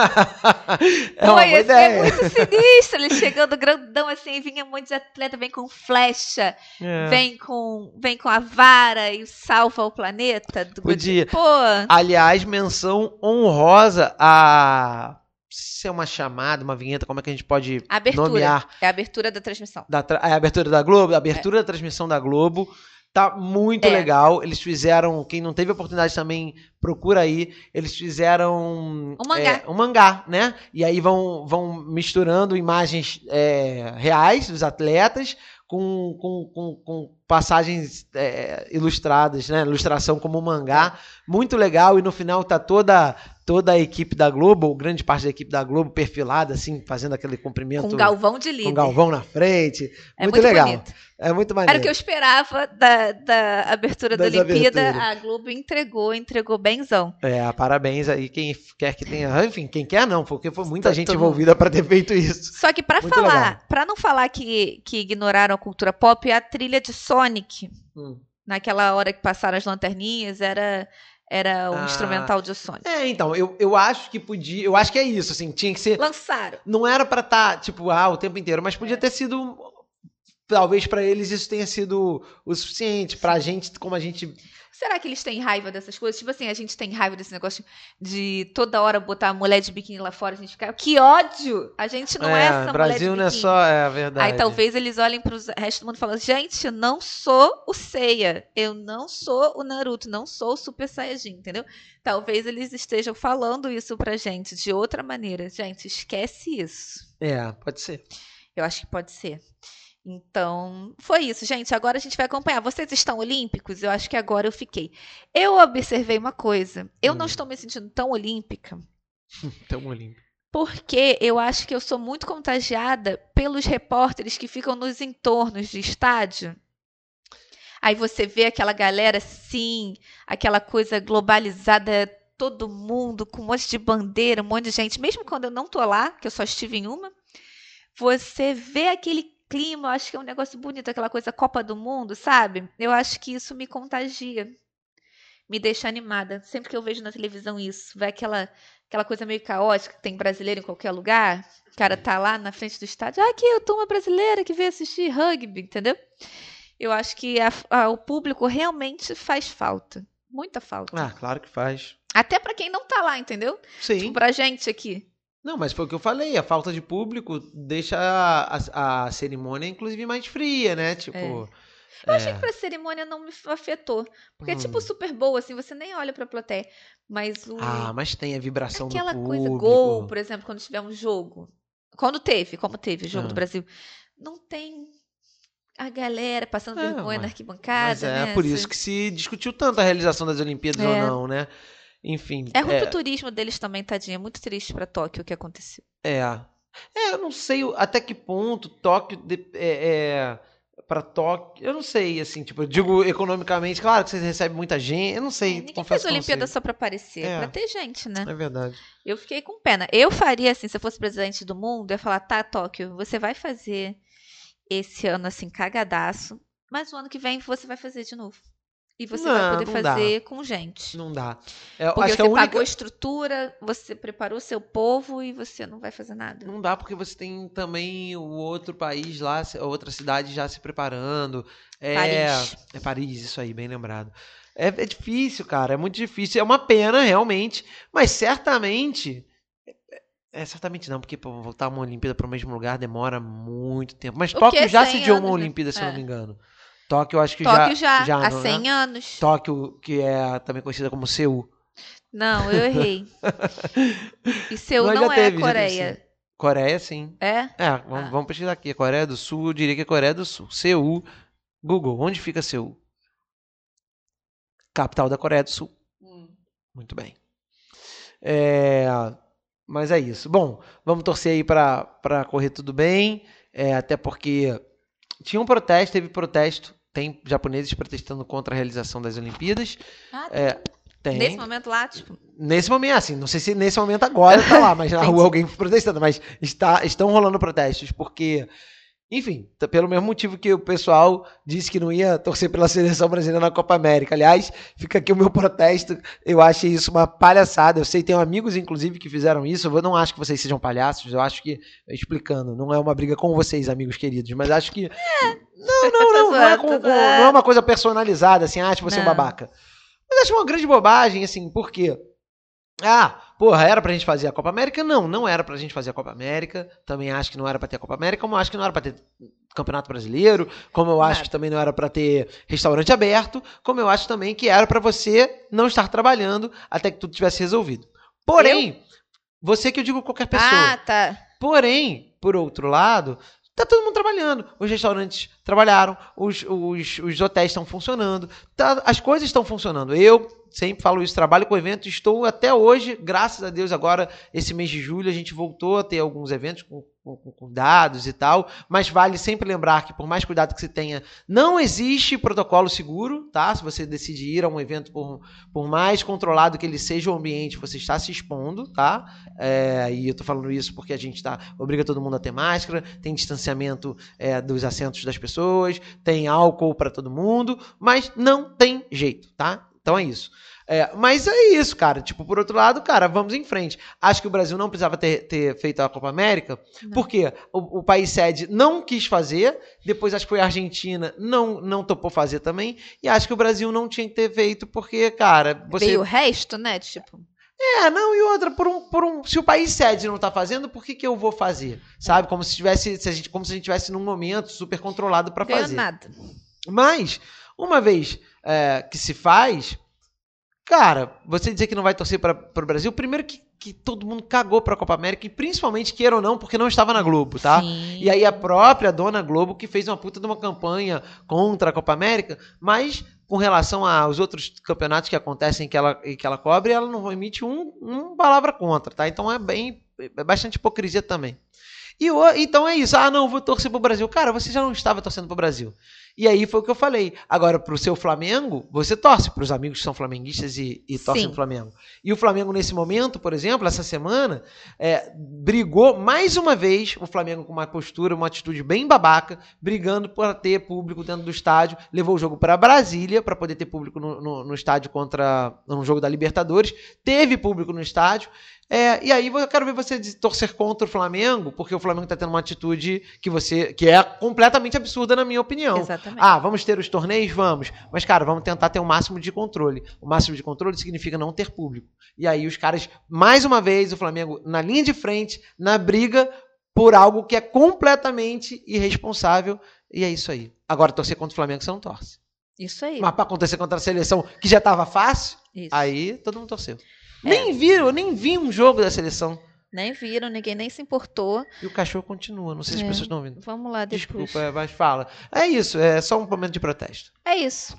[SPEAKER 2] Ia
[SPEAKER 1] ser muito sinistro, ele chegando grandão assim, vinha um monte de atleta, vem com flecha, vem com a vara e salva o planeta.
[SPEAKER 2] Podia. Aliás, menção honrosa a... Se é uma chamada, uma vinheta, como é que a gente pode nomear?
[SPEAKER 1] É a abertura da transmissão.
[SPEAKER 2] É a abertura da Globo? A abertura da transmissão da Globo. Tá muito legal. Eles fizeram... Quem não teve oportunidade também, procura aí. Eles fizeram...
[SPEAKER 1] Um
[SPEAKER 2] mangá, né? E aí vão misturando imagens reais dos atletas com passagens ilustradas, né? Ilustração como um mangá. Muito legal. E no final tá toda a equipe da Globo, ou grande parte da equipe da Globo, perfilada, assim, fazendo aquele cumprimento.
[SPEAKER 1] Com Galvão de líder.
[SPEAKER 2] Com Galvão na frente. Muito legal.
[SPEAKER 1] Bonito.
[SPEAKER 2] É muito maneiro.
[SPEAKER 1] Era o que eu esperava da abertura da Olimpíada. A Globo entregou benzão.
[SPEAKER 2] Parabéns aí quem quer que tenha... Enfim, quem quer não, porque foi muita gente envolvida para ter feito isso.
[SPEAKER 1] Só que para não falar que ignoraram a cultura pop, a trilha de Sonic, naquela hora que passaram as lanterninhas, era um instrumental de Sonic.
[SPEAKER 2] Então, eu acho que podia... Eu acho que é isso, assim, tinha que ser...
[SPEAKER 1] Lançaram.
[SPEAKER 2] Não era pra estar, o tempo inteiro, mas podia ter sido... Talvez pra eles isso tenha sido o suficiente. Pra gente, como a gente...
[SPEAKER 1] Será que eles têm raiva dessas coisas? Tipo assim, a gente tem raiva desse negócio de toda hora botar a mulher de biquíni lá fora, a gente fica... Que ódio! A gente não é essa mulher de biquíni.
[SPEAKER 2] Brasil não é só... É verdade.
[SPEAKER 1] Aí talvez eles olhem pro resto do mundo e falem, gente, eu não sou o Seiya, eu não sou o Naruto, não sou o Super Saiyajin, entendeu? Talvez eles estejam falando isso pra gente de outra maneira. Gente, esquece isso.
[SPEAKER 2] Pode ser.
[SPEAKER 1] Eu acho que pode ser. Então, foi isso, gente. Agora a gente vai acompanhar. Vocês estão olímpicos? Eu acho que agora eu fiquei. Eu observei uma coisa. Eu não estou me sentindo tão olímpica.
[SPEAKER 2] Tão olímpica.
[SPEAKER 1] Porque eu acho que eu sou muito contagiada pelos repórteres que ficam nos entornos de estádio. Aí você vê aquela galera, sim, aquela coisa globalizada, todo mundo com um monte de bandeira, um monte de gente. Mesmo quando eu não tô lá, que eu só estive em uma, você vê aquele clima, eu acho que é um negócio bonito, aquela coisa Copa do Mundo, sabe? Eu acho que isso me contagia, me deixa animada. Sempre que eu vejo na televisão isso, vai aquela coisa meio caótica, que tem brasileiro em qualquer lugar, o cara tá lá na frente do estádio, aqui eu tô uma brasileira que veio assistir rugby, entendeu? Eu acho que o público realmente faz falta, muita falta.
[SPEAKER 2] Ah, claro que faz.
[SPEAKER 1] Até pra quem não tá lá, entendeu?
[SPEAKER 2] Sim.
[SPEAKER 1] Tipo, pra gente aqui.
[SPEAKER 2] Não, mas foi o que eu falei, a falta de público deixa a cerimônia, inclusive, mais fria, né? Tipo...
[SPEAKER 1] Eu achei que pra cerimônia não me afetou. Porque é tipo Super Bowl, assim, você nem olha pra plateia. Mas
[SPEAKER 2] mas tem a vibração do público.
[SPEAKER 1] Aquela coisa, gol, por exemplo, quando tiver um jogo. Como teve o jogo do Brasil. Não tem a galera passando vergonha na arquibancada.
[SPEAKER 2] Mas né? Por isso que se discutiu tanto a realização das Olimpíadas ou não, né? Enfim.
[SPEAKER 1] É ruim pro turismo deles também, tadinha. É muito triste pra Tóquio o que aconteceu.
[SPEAKER 2] Eu não sei até que ponto Tóquio para Tóquio, eu não sei, assim, tipo, eu digo economicamente, claro que você recebe muita gente, eu não sei.
[SPEAKER 1] Ninguém fez a Olimpíada só pra aparecer, pra ter gente, né?
[SPEAKER 2] É verdade.
[SPEAKER 1] Eu fiquei com pena. Eu faria assim, se eu fosse presidente do mundo, eu ia falar, tá, Tóquio, você vai fazer esse ano assim, cagadaço, mas o ano que vem você vai fazer de novo. E você vai poder fazer com gente.
[SPEAKER 2] Não dá.
[SPEAKER 1] Porque você pagou a estrutura, você preparou seu povo e você não vai fazer nada.
[SPEAKER 2] Não dá porque você tem também o outro país lá, a outra cidade já se preparando.
[SPEAKER 1] Paris.
[SPEAKER 2] É Paris, isso aí, bem lembrado. É difícil, cara, é muito difícil. É uma pena, realmente, mas certamente... certamente não, porque voltar uma Olimpíada para o mesmo lugar demora muito tempo. Mas Tóquio já sediou uma Olimpíada, se eu não me engano. Tóquio, acho que já
[SPEAKER 1] há 100 anos.
[SPEAKER 2] Tóquio, que é também conhecida como Seul.
[SPEAKER 1] Não, eu errei. E Seul não é a Coreia.
[SPEAKER 2] Coreia, sim.
[SPEAKER 1] É?
[SPEAKER 2] Vamos pesquisar aqui. Coreia do Sul, eu diria que é Coreia do Sul. Seul. Google, onde fica Seul? Capital da Coreia do Sul. Muito bem. Mas é isso. Bom, vamos torcer aí para correr tudo bem. Até porque tinha um protesto, teve protesto. Tem japoneses protestando contra a realização das Olimpíadas. Tem.
[SPEAKER 1] Nesse momento lá, tipo...
[SPEAKER 2] Nesse momento, assim, não sei se nesse momento agora tá lá, mas na rua alguém protestando. Mas estão rolando protestos, porque... Enfim, pelo mesmo motivo que o pessoal disse que não ia torcer pela seleção brasileira na Copa América. Aliás, fica aqui o meu protesto. Eu achei isso uma palhaçada. Eu sei, tenho amigos, inclusive, que fizeram isso. Eu não acho que vocês sejam palhaços. Eu acho que, explicando, não é uma briga com vocês, amigos queridos, mas acho que... Não é uma coisa personalizada, assim, tipo, você é um babaca. Mas acho uma grande bobagem, assim, por quê? Era pra gente fazer a Copa América? Não era pra gente fazer a Copa América. Também acho que não era pra ter a Copa América, como eu acho que não era pra ter Campeonato Brasileiro, como eu acho que também não era pra ter restaurante aberto, como eu acho também que era pra você não estar trabalhando até que tudo tivesse resolvido. Porém, você que eu digo qualquer pessoa.
[SPEAKER 1] Tá.
[SPEAKER 2] Porém, por outro lado, tá todo mundo trabalhando. Os restaurantes trabalharam, os hotéis estão funcionando, as coisas estão funcionando. Eu sempre falo isso, trabalho com eventos, estou até hoje, graças a Deus, agora, esse mês de julho, a gente voltou a ter alguns eventos com dados e tal, mas vale sempre lembrar que, por mais cuidado que você tenha, não existe protocolo seguro, tá? Se você decide ir a um evento, por mais controlado que ele seja o ambiente, você está se expondo, tá? E eu tô falando isso porque a gente obriga todo mundo a ter máscara, tem distanciamento dos assentos das pessoas, tem álcool para todo mundo, mas não tem jeito, tá? Então é isso. Mas é isso, cara. Tipo, por outro lado, cara, vamos em frente. Acho que o Brasil não precisava ter feito a Copa América, porque o país sede não quis fazer, depois acho que foi a Argentina, não topou fazer também, e acho que o Brasil não tinha que ter feito, porque, cara...
[SPEAKER 1] Veio o resto, né? Tipo...
[SPEAKER 2] e outra, se o país sede não tá fazendo, por que eu vou fazer? Sabe? Como se a gente estivesse num momento super controlado para fazer.
[SPEAKER 1] Nada.
[SPEAKER 2] Mas, uma vez que se faz, cara, você dizer que não vai torcer para o Brasil, primeiro que todo mundo cagou para a Copa América, e principalmente, queira ou não, porque não estava na Globo, tá?
[SPEAKER 1] Sim.
[SPEAKER 2] E aí a própria dona Globo que fez uma puta de uma campanha contra a Copa América, mas com relação aos outros campeonatos que acontecem que ela cobre, ela não emite uma palavra contra, tá? Então é bastante hipocrisia também. Então é isso. Não, vou torcer pro Brasil. Cara, você já não estava torcendo pro Brasil. E aí foi o que eu falei. Agora, pro seu Flamengo, você torce pros amigos que são flamenguistas e torcem pro Flamengo. E o Flamengo, nesse momento, por exemplo, essa semana, brigou mais uma vez, o Flamengo com uma postura, uma atitude bem babaca, brigando por ter público dentro do estádio, levou o jogo para Brasília, para poder ter público no estádio no jogo da Libertadores, teve público no estádio. E aí eu quero ver você torcer contra o Flamengo, porque o Flamengo está tendo uma atitude que é completamente absurda, na minha opinião.
[SPEAKER 1] Exatamente.
[SPEAKER 2] Vamos ter os torneios? Vamos. Mas, cara, vamos tentar ter o máximo de controle. O máximo de controle significa não ter público. E aí os caras, mais uma vez, o Flamengo na linha de frente, na briga por algo que é completamente irresponsável. E é isso aí. Agora, torcer contra o Flamengo, você não torce.
[SPEAKER 1] Isso aí.
[SPEAKER 2] Mas para acontecer contra a seleção, que já estava fácil, aí todo mundo torceu. Eu nem vi um jogo da seleção.
[SPEAKER 1] Nem viram, ninguém nem se importou.
[SPEAKER 2] E o cachorro continua, não sei se as pessoas estão ouvindo.
[SPEAKER 1] Vamos lá depois.
[SPEAKER 2] Desculpa, mas fala. É isso, é só um momento de protesto.
[SPEAKER 1] É isso.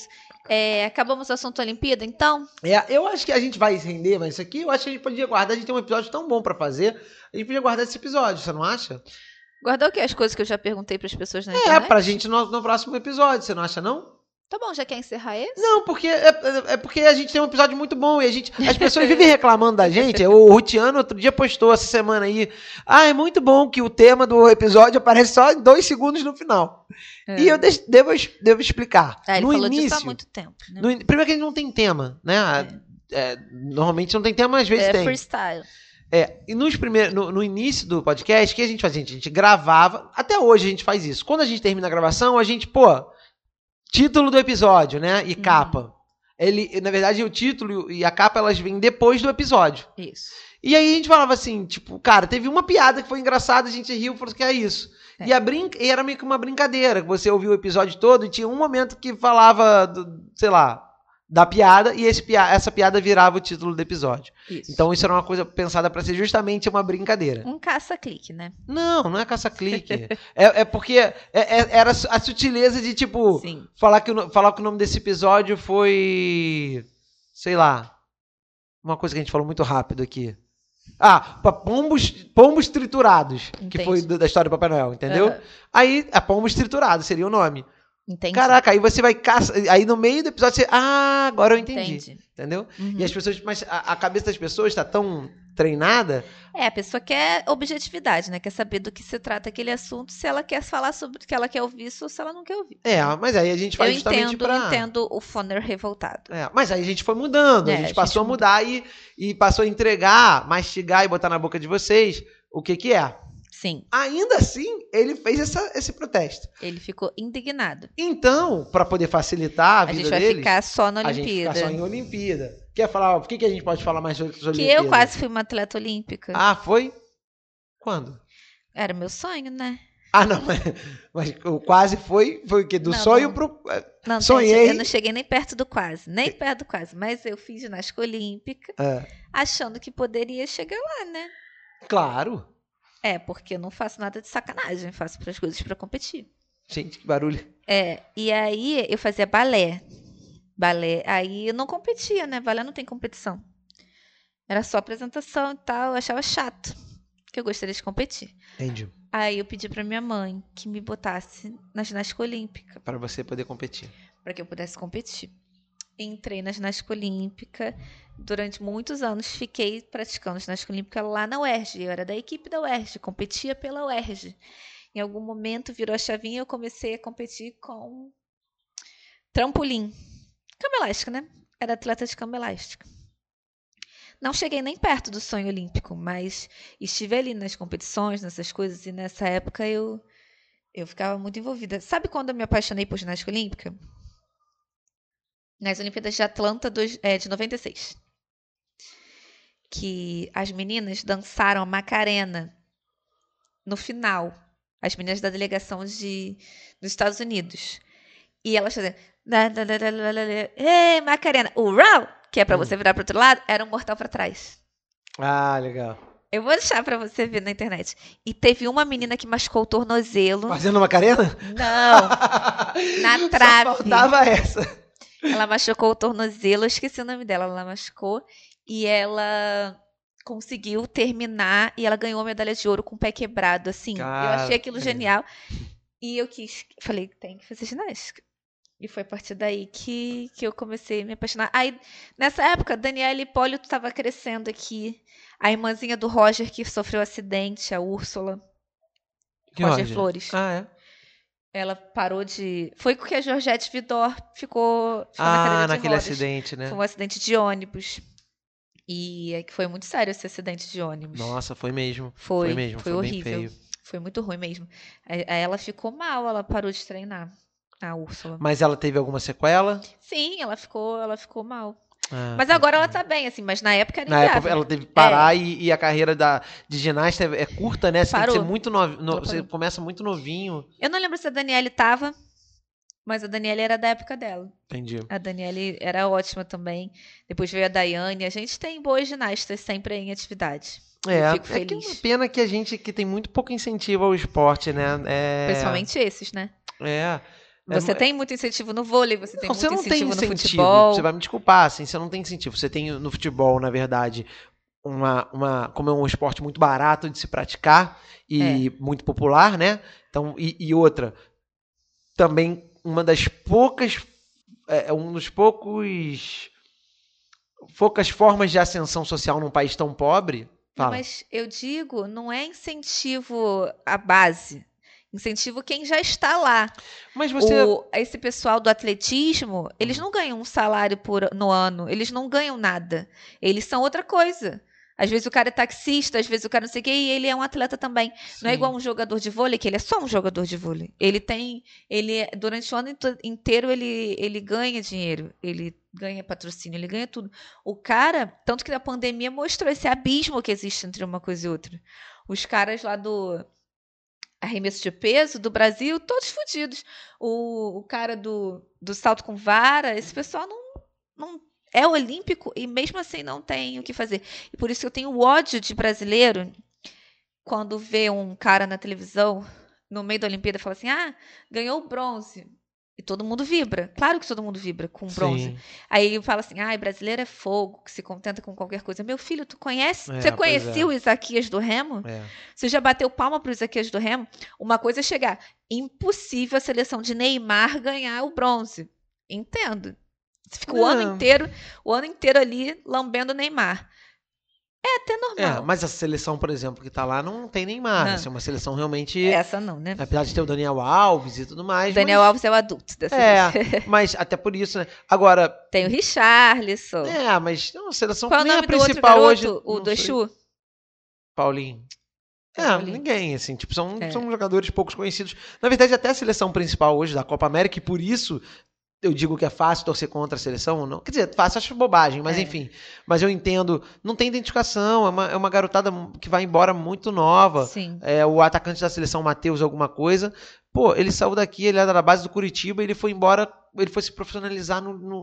[SPEAKER 1] Acabamos o assunto Olimpíada, então?
[SPEAKER 2] Eu acho que a gente vai render, mas isso aqui eu acho que a gente podia guardar. A gente tem um episódio tão bom pra fazer, a gente podia guardar esse episódio, você não acha?
[SPEAKER 1] Guardar o quê? As coisas que eu já perguntei pras pessoas na internet?
[SPEAKER 2] Pra gente no próximo episódio, você não acha, não?
[SPEAKER 1] Tá bom, já quer encerrar esse?
[SPEAKER 2] Não, porque porque a gente tem um episódio muito bom e as pessoas vivem reclamando da gente. O Rutiano outro dia postou essa semana aí. É muito bom que o tema do episódio aparece só em 2 segundos no final. E eu devo explicar.
[SPEAKER 1] Ele
[SPEAKER 2] no
[SPEAKER 1] falou
[SPEAKER 2] início,
[SPEAKER 1] disso há muito tempo. Né?
[SPEAKER 2] Primeiro que a gente não tem tema, né? Normalmente não tem tema, às vezes tem.
[SPEAKER 1] Freestyle.
[SPEAKER 2] E no início do podcast, o que a gente fazia? A gente gravava, até hoje a gente faz isso. Quando a gente termina a gravação, a gente, título do episódio, né? E capa. Na verdade, o título e a capa, elas vêm depois do episódio.
[SPEAKER 1] Isso.
[SPEAKER 2] E aí a gente falava assim, tipo, cara, teve uma piada que foi engraçada, a gente riu, falou que é isso. E era meio que uma brincadeira, você ouviu o episódio todo e tinha um momento que falava, sei lá, da piada, e essa piada virava o título do episódio.
[SPEAKER 1] Isso.
[SPEAKER 2] Então isso era uma coisa pensada para ser justamente uma brincadeira.
[SPEAKER 1] Um caça-clique, né?
[SPEAKER 2] Não é caça-clique. Porque era a sutileza de, tipo, falar que o nome desse episódio foi, sei lá, uma coisa que a gente falou muito rápido aqui. Pombos triturados, Entendi. Que foi da história do Papai Noel, entendeu? Aí, pombos triturados seria o nome.
[SPEAKER 1] Entendi.
[SPEAKER 2] Caraca, aí você vai caçar. Aí no meio do episódio você. Agora eu entendi. Entendeu?
[SPEAKER 1] Uhum.
[SPEAKER 2] E as pessoas. Mas a cabeça das pessoas está tão treinada.
[SPEAKER 1] A pessoa quer objetividade, né? Quer saber do que se trata aquele assunto, se ela quer falar sobre o que ela quer ouvir ou se ela não quer ouvir.
[SPEAKER 2] Mas aí a gente faz justamente pra...
[SPEAKER 1] Eu entendo o Foner revoltado.
[SPEAKER 2] Mas aí a gente foi mudando. A gente passou a mudar e passou a entregar, mastigar e botar na boca de vocês o que é.
[SPEAKER 1] Sim.
[SPEAKER 2] Ainda assim, ele fez esse protesto.
[SPEAKER 1] Ele ficou indignado.
[SPEAKER 2] Então, para poder facilitar a vida deles...
[SPEAKER 1] A gente vai ficar só na Olimpíada.
[SPEAKER 2] A gente vai ficar só em Olimpíada. Quer falar... Por que a gente pode falar mais sobre Olimpíada?
[SPEAKER 1] Que eu quase fui uma atleta olímpica.
[SPEAKER 2] Foi? Quando?
[SPEAKER 1] Era meu sonho, né?
[SPEAKER 2] Não, mas o quase foi o quê? Do sonho pro...
[SPEAKER 1] Não,
[SPEAKER 2] sonhei...
[SPEAKER 1] eu não cheguei nem perto do quase. Nem perto do quase. Mas eu fiz ginástica olímpica achando que poderia chegar lá, né?
[SPEAKER 2] Claro.
[SPEAKER 1] Porque eu não faço nada de sacanagem, faço as coisas para competir.
[SPEAKER 2] Gente, que barulho.
[SPEAKER 1] E aí eu fazia balé. Aí eu não competia, né? Balé não tem competição. Era só apresentação e tal, eu achava chato, que eu gostaria de competir.
[SPEAKER 2] Entendi.
[SPEAKER 1] Aí eu pedi para minha mãe que me botasse na ginástica olímpica.
[SPEAKER 2] Para você poder competir.
[SPEAKER 1] Para que eu pudesse competir. Entrei na ginástica olímpica. Durante muitos anos fiquei praticando ginástica olímpica lá na UERJ. Eu era da equipe da UERJ, competia pela UERJ. Em algum momento virou a chavinha e eu comecei a competir com trampolim. Cama elástica, né? Era atleta de cama elástica. Não cheguei nem perto do sonho olímpico, mas estive ali nas competições, nessas coisas, e nessa época eu ficava muito envolvida. Sabe quando eu me apaixonei por ginástica olímpica? Nas Olimpíadas de Atlanta de 96. Que as meninas dançaram a Macarena no final. As meninas da delegação dos Estados Unidos. E elas faziam... Ei, Macarena! O round, que é pra você virar pro outro lado, era um mortal pra trás.
[SPEAKER 2] Legal.
[SPEAKER 1] Eu vou deixar pra você ver na internet. E teve uma menina que machucou o tornozelo.
[SPEAKER 2] Fazendo Macarena?
[SPEAKER 1] Não. Na trave.
[SPEAKER 2] Só faltava essa.
[SPEAKER 1] Ela machucou o tornozelo, eu esqueci o nome dela, ela machucou e ela conseguiu terminar e ela ganhou a medalha de ouro com o pé quebrado, assim. Eu achei aquilo genial. E eu falei, tem que fazer ginástica. E foi a partir daí que eu comecei a me apaixonar. Aí, nessa época, Daniela Hipólito estava crescendo aqui. A irmãzinha do Roger, que sofreu acidente, a Úrsula. Roger Flores.
[SPEAKER 2] É?
[SPEAKER 1] Ela parou de... Foi porque a Georgette Vidor ficou na cadeira de
[SPEAKER 2] naquele
[SPEAKER 1] rodas.
[SPEAKER 2] acidente, né?
[SPEAKER 1] Foi um acidente de ônibus. E foi muito sério esse acidente de ônibus.
[SPEAKER 2] Nossa, foi mesmo.
[SPEAKER 1] Foi
[SPEAKER 2] Foi
[SPEAKER 1] horrível.
[SPEAKER 2] Bem feio.
[SPEAKER 1] Foi muito ruim mesmo. Aí ela ficou mal, ela parou de treinar. A Úrsula.
[SPEAKER 2] Mas ela teve alguma sequela?
[SPEAKER 1] Sim, ela ficou mal. Mas agora ela tá bem, assim, mas na época era
[SPEAKER 2] inviável. Na época ela teve que parar e a carreira de ginasta é curta, né? Você tem que ser muito novinho. Você começa muito novinho.
[SPEAKER 1] Eu não lembro se a Daniele tava, mas a Daniele era da época dela.
[SPEAKER 2] Entendi.
[SPEAKER 1] A Daniele era ótima também. Depois veio a Daiane. A gente tem boas ginastas sempre em atividade. Eu fico feliz.
[SPEAKER 2] Que é uma pena que a gente que tem muito pouco incentivo ao esporte, né?
[SPEAKER 1] Principalmente esses, né?
[SPEAKER 2] É.
[SPEAKER 1] Você tem muito incentivo no vôlei, você tem muito incentivo no
[SPEAKER 2] futebol. Você vai me desculpar, assim, você não tem incentivo. Você tem no futebol, na verdade, como é um esporte muito barato de se praticar e muito popular, né? Então, e outra, também uma das poucas formas de ascensão social num país tão pobre. Fala.
[SPEAKER 1] Mas eu digo, não é incentivo à base. Incentivo quem já está lá.
[SPEAKER 2] Mas
[SPEAKER 1] esse pessoal do atletismo, eles não ganham um salário no ano. Eles não ganham nada. Eles são outra coisa. Às vezes o cara é taxista, às vezes o cara não sei o quê, e ele é um atleta também. Sim. Não é igual um jogador de vôlei, que ele é só um jogador de vôlei. Durante o ano inteiro, ele ganha dinheiro. Ele ganha patrocínio, ele ganha tudo. O cara, tanto que a pandemia mostrou esse abismo que existe entre uma coisa e outra. Os caras lá do arremesso de peso do Brasil, todos fodidos. O cara do salto com vara, esse pessoal não é olímpico e mesmo assim não tem o que fazer. E por isso que eu tenho ódio de brasileiro quando vê um cara na televisão, no meio da Olimpíada, fala assim, ganhou o bronze. E todo mundo vibra. Claro que todo mundo vibra com bronze. Sim. Aí fala assim, brasileiro é fogo, que se contenta com qualquer coisa. Meu filho, tu conhece? Você conhecia o Isaquias do Remo? Você já bateu palma pro Isaquias do Remo? Uma coisa é chegar. Impossível a seleção de Neymar ganhar o bronze. Entendo. Você fica o ano inteiro ali lambendo Neymar. É até normal.
[SPEAKER 2] Mas a seleção, por exemplo, que tá lá não tem Neymar. Essa é uma seleção realmente...
[SPEAKER 1] Essa não, né?
[SPEAKER 2] Apesar de ter o Daniel Alves e tudo mais.
[SPEAKER 1] Daniel Alves é o adulto dessa vez.
[SPEAKER 2] Mas até por isso, né? Agora...
[SPEAKER 1] Tem o Richarlison.
[SPEAKER 2] Mas a seleção
[SPEAKER 1] que nem
[SPEAKER 2] a
[SPEAKER 1] outro
[SPEAKER 2] principal
[SPEAKER 1] garoto,
[SPEAKER 2] hoje...
[SPEAKER 1] O Dochu?
[SPEAKER 2] Paulinho. Ninguém, assim, tipo, são jogadores poucos conhecidos. Na verdade, até a seleção principal hoje da Copa América, e por isso... Eu digo que é fácil torcer contra a seleção ou não. Quer dizer, fácil, acho bobagem, mas enfim. Mas eu entendo, não tem identificação, é uma garotada que vai embora muito nova.
[SPEAKER 1] Sim.
[SPEAKER 2] O atacante da seleção, Matheus, alguma coisa. Ele saiu daqui, ele era da base do Curitiba, ele foi embora, ele foi se profissionalizar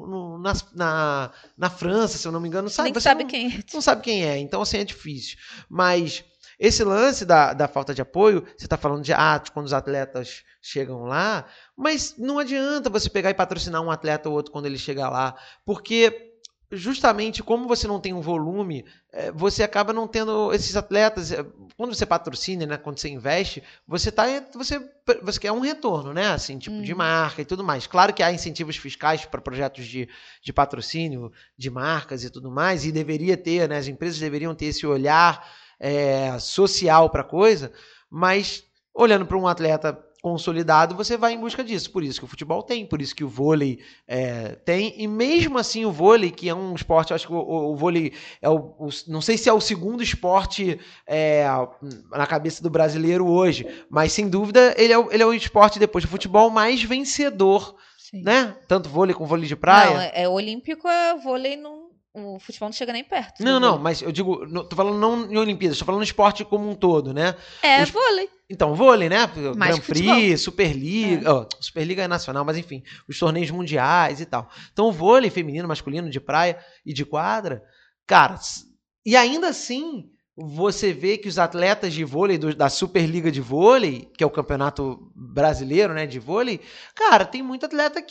[SPEAKER 2] na França, se eu não me engano. Não sabe quem é, então assim, é difícil. Mas esse lance da falta de apoio, você está falando de quando os atletas chegam lá, mas não adianta você pegar e patrocinar um atleta ou outro quando ele chega lá, porque justamente como você não tem um volume, você acaba não tendo esses atletas. Quando você patrocina, né, quando você investe, você quer um retorno, né, assim, tipo de marca e tudo mais. Claro que há incentivos fiscais para projetos de patrocínio de marcas e tudo mais, e deveria ter, né, as empresas deveriam ter esse olhar social para a coisa, mas olhando para um atleta consolidado, você vai em busca disso. Por isso que o futebol tem, por isso que o vôlei tem, e mesmo assim o vôlei, que é um esporte, eu acho que o vôlei não sei se é o segundo esporte na cabeça do brasileiro hoje, mas sem dúvida ele é o esporte depois do futebol mais vencedor, Sim. né? Tanto vôlei como vôlei de praia.
[SPEAKER 1] Não, é olímpico, vôlei não... O futebol não chega nem perto.
[SPEAKER 2] Não, mas eu digo, tô falando não em Olimpíadas, tô falando no esporte como um todo, né?
[SPEAKER 1] Vôlei.
[SPEAKER 2] Então, vôlei, né?
[SPEAKER 1] Mais
[SPEAKER 2] Grand Prix, Superliga, Superliga é nacional, mas enfim, os torneios mundiais e tal. Então, o vôlei feminino, masculino, de praia e de quadra, cara, e ainda assim, você vê que os atletas de vôlei, da Superliga de vôlei, que é o campeonato brasileiro, né, de vôlei, cara, tem muito atleta que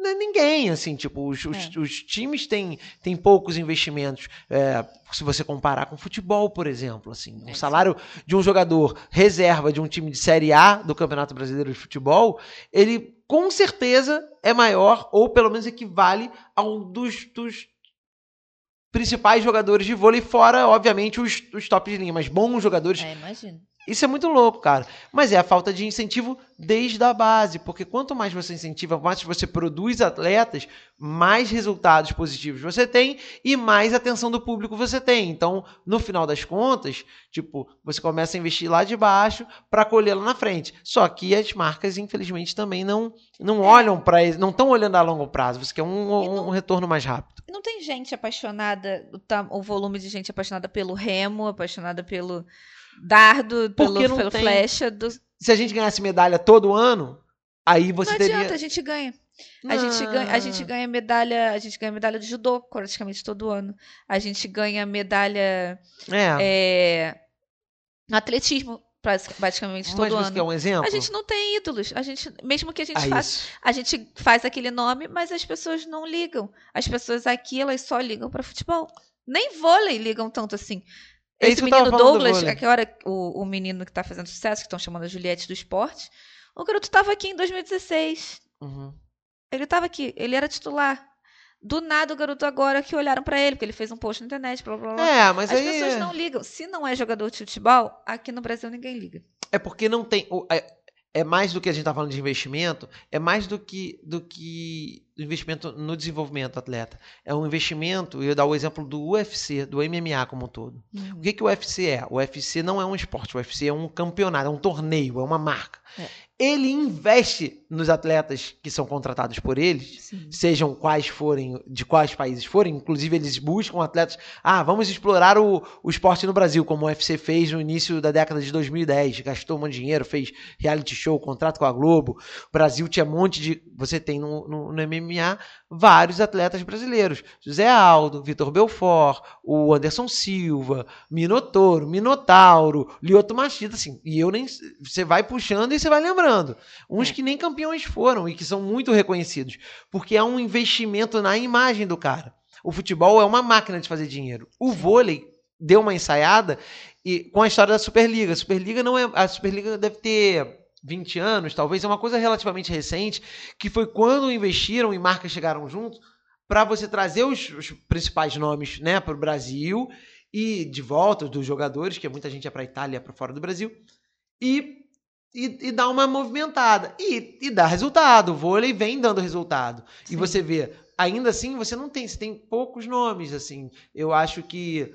[SPEAKER 2] ninguém, assim, tipo, os times têm poucos investimentos, se você comparar com futebol, por exemplo, assim, o salário de um jogador reserva de um time de Série A do Campeonato Brasileiro de Futebol, ele com certeza é maior, ou pelo menos equivale a um dos principais jogadores de vôlei, fora, obviamente, os top de linha, mas bons jogadores.
[SPEAKER 1] Imagino.
[SPEAKER 2] Isso é muito louco, cara. Mas é a falta de incentivo desde a base, porque quanto mais você incentiva, mais você produz atletas, mais resultados positivos você tem e mais atenção do público você tem. Então, no final das contas, tipo, você começa a investir lá de baixo para colher lá na frente. Só que as marcas, infelizmente, também não olham para isso, não estão olhando a longo prazo. Você quer um retorno mais rápido.
[SPEAKER 1] Não tem gente apaixonada, o volume de gente apaixonada pelo remo, apaixonada pelo dardo, pelo flecha.
[SPEAKER 2] Se a gente ganhasse medalha todo ano, aí você
[SPEAKER 1] não
[SPEAKER 2] teria...
[SPEAKER 1] Não adianta, a gente ganha. A gente ganha medalha de judô praticamente todo ano. A gente ganha medalha no atletismo praticamente todo ano.
[SPEAKER 2] Mas você quer um exemplo?
[SPEAKER 1] A gente não tem ídolos. Mesmo que a gente faz aquele nome, mas as pessoas não ligam. As pessoas aqui, elas só ligam para futebol. Nem vôlei ligam tanto assim. Esse menino Douglas, o menino que tá fazendo sucesso, que estão chamando a Juliette do esporte, o garoto tava aqui em 2016.
[SPEAKER 2] Uhum.
[SPEAKER 1] Ele tava aqui, ele era titular. Do nada o garoto agora que olharam pra ele, porque ele fez um post na internet, blá blá blá.
[SPEAKER 2] Mas
[SPEAKER 1] as pessoas não ligam. Se não é jogador de futebol, aqui no Brasil ninguém liga.
[SPEAKER 2] É porque não tem... É mais do que a gente tá falando de investimento, é mais do que investimento no desenvolvimento do atleta. É um investimento, eu dar o exemplo do UFC, do MMA como um todo. O que o UFC é? O UFC não é um esporte, o UFC é um campeonato, é um torneio, é uma marca. Ele investe nos atletas que são contratados por eles, sim, sejam quais forem, de quais países forem, inclusive eles buscam atletas, vamos explorar o esporte no Brasil, como o UFC fez no início da década de 2010, gastou um monte de dinheiro, fez reality show, contrato com a Globo, o Brasil tinha um monte de, você tem no MMA vários atletas brasileiros, José Aldo, Vitor Belfort, o Anderson Silva, Minotauro, Lyoto Machida, assim, e você vai puxando e você vai lembrando. Uns que nem campeões foram e que são muito reconhecidos, porque é um investimento na imagem do cara. O futebol é uma máquina de fazer dinheiro. O vôlei deu uma ensaiada e com a história da Superliga. A Superliga deve ter 20 anos, talvez, é uma coisa relativamente recente, que foi quando investiram e marcas chegaram junto para você trazer os principais nomes, né, para o Brasil e de volta dos jogadores, que muita gente é para a Itália, para fora do Brasil, e dar uma movimentada. E dá resultado. O vôlei vem dando resultado. Sim. E você vê, ainda assim, você tem poucos nomes, assim. Eu acho que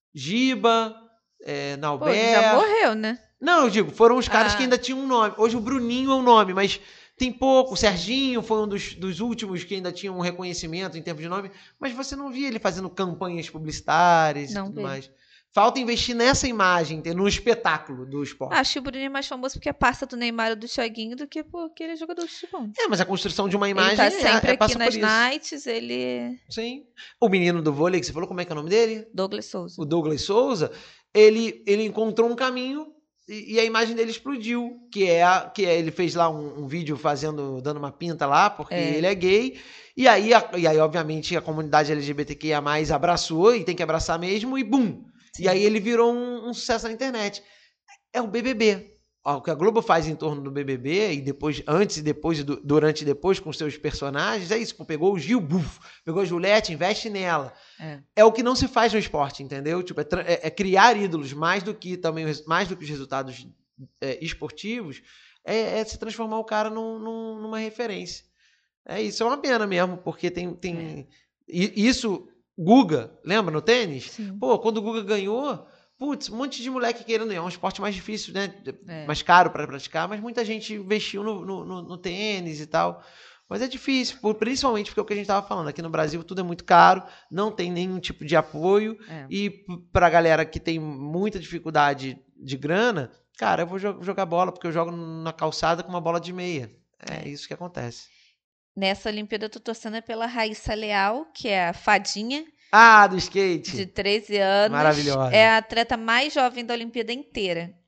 [SPEAKER 2] Giba, Nauber...
[SPEAKER 1] já morreu, né?
[SPEAKER 2] Não, eu digo, foram os caras que ainda tinham um nome. Hoje o Bruninho é um nome, mas tem pouco. O Serginho foi um dos últimos que ainda tinha um reconhecimento em termos de nome, mas você não via ele fazendo campanhas publicitárias e tudo mais. Falta investir nessa imagem, no espetáculo do esporte.
[SPEAKER 1] Acho que o Bruninho é mais famoso porque é parça do Neymar ou do Thiaguinho do que porque ele é jogador de futebol.
[SPEAKER 2] Mas a construção de uma imagem
[SPEAKER 1] ele tá sempre aqui nas nights, ele...
[SPEAKER 2] Sim. O menino do vôlei que você falou, como é que é o nome dele?
[SPEAKER 1] Douglas Souza.
[SPEAKER 2] O Douglas Souza, ele encontrou um caminho e a imagem dele explodiu, que ele fez lá um vídeo dando uma pinta lá, porque ele é gay, e aí, obviamente, a comunidade LGBTQIA+, abraçou, e tem que abraçar mesmo, e bum! Sim. E aí ele virou um sucesso na internet. É o BBB. O que a Globo faz em torno do BBB, e depois, antes e depois, durante e depois, com seus personagens, é isso. Pegou o Gil, pegou a Juliette, investe nela. É o que não se faz no esporte, entendeu? Tipo, é criar ídolos, mais do que os resultados esportivos, é se transformar o cara numa referência. Isso é uma pena mesmo, porque tem isso... Guga, lembra no tênis?
[SPEAKER 1] Sim.
[SPEAKER 2] Quando o Guga ganhou, um monte de moleque querendo, é um esporte mais difícil, né? Mais caro para praticar, mas muita gente investiu no tênis e tal. Mas é difícil, principalmente porque é o que a gente estava falando, aqui no Brasil tudo é muito caro, não tem nenhum tipo de apoio, e para a galera que tem muita dificuldade de grana, cara, eu vou jogar bola porque eu jogo na calçada com uma bola de meia. É isso que acontece.
[SPEAKER 1] Nessa Olimpíada eu tô torcendo pela Raíssa Leal, que é a fadinha.
[SPEAKER 2] Do skate.
[SPEAKER 1] De 13 anos.
[SPEAKER 2] Maravilhosa.
[SPEAKER 1] É a atleta mais jovem da Olimpíada inteira.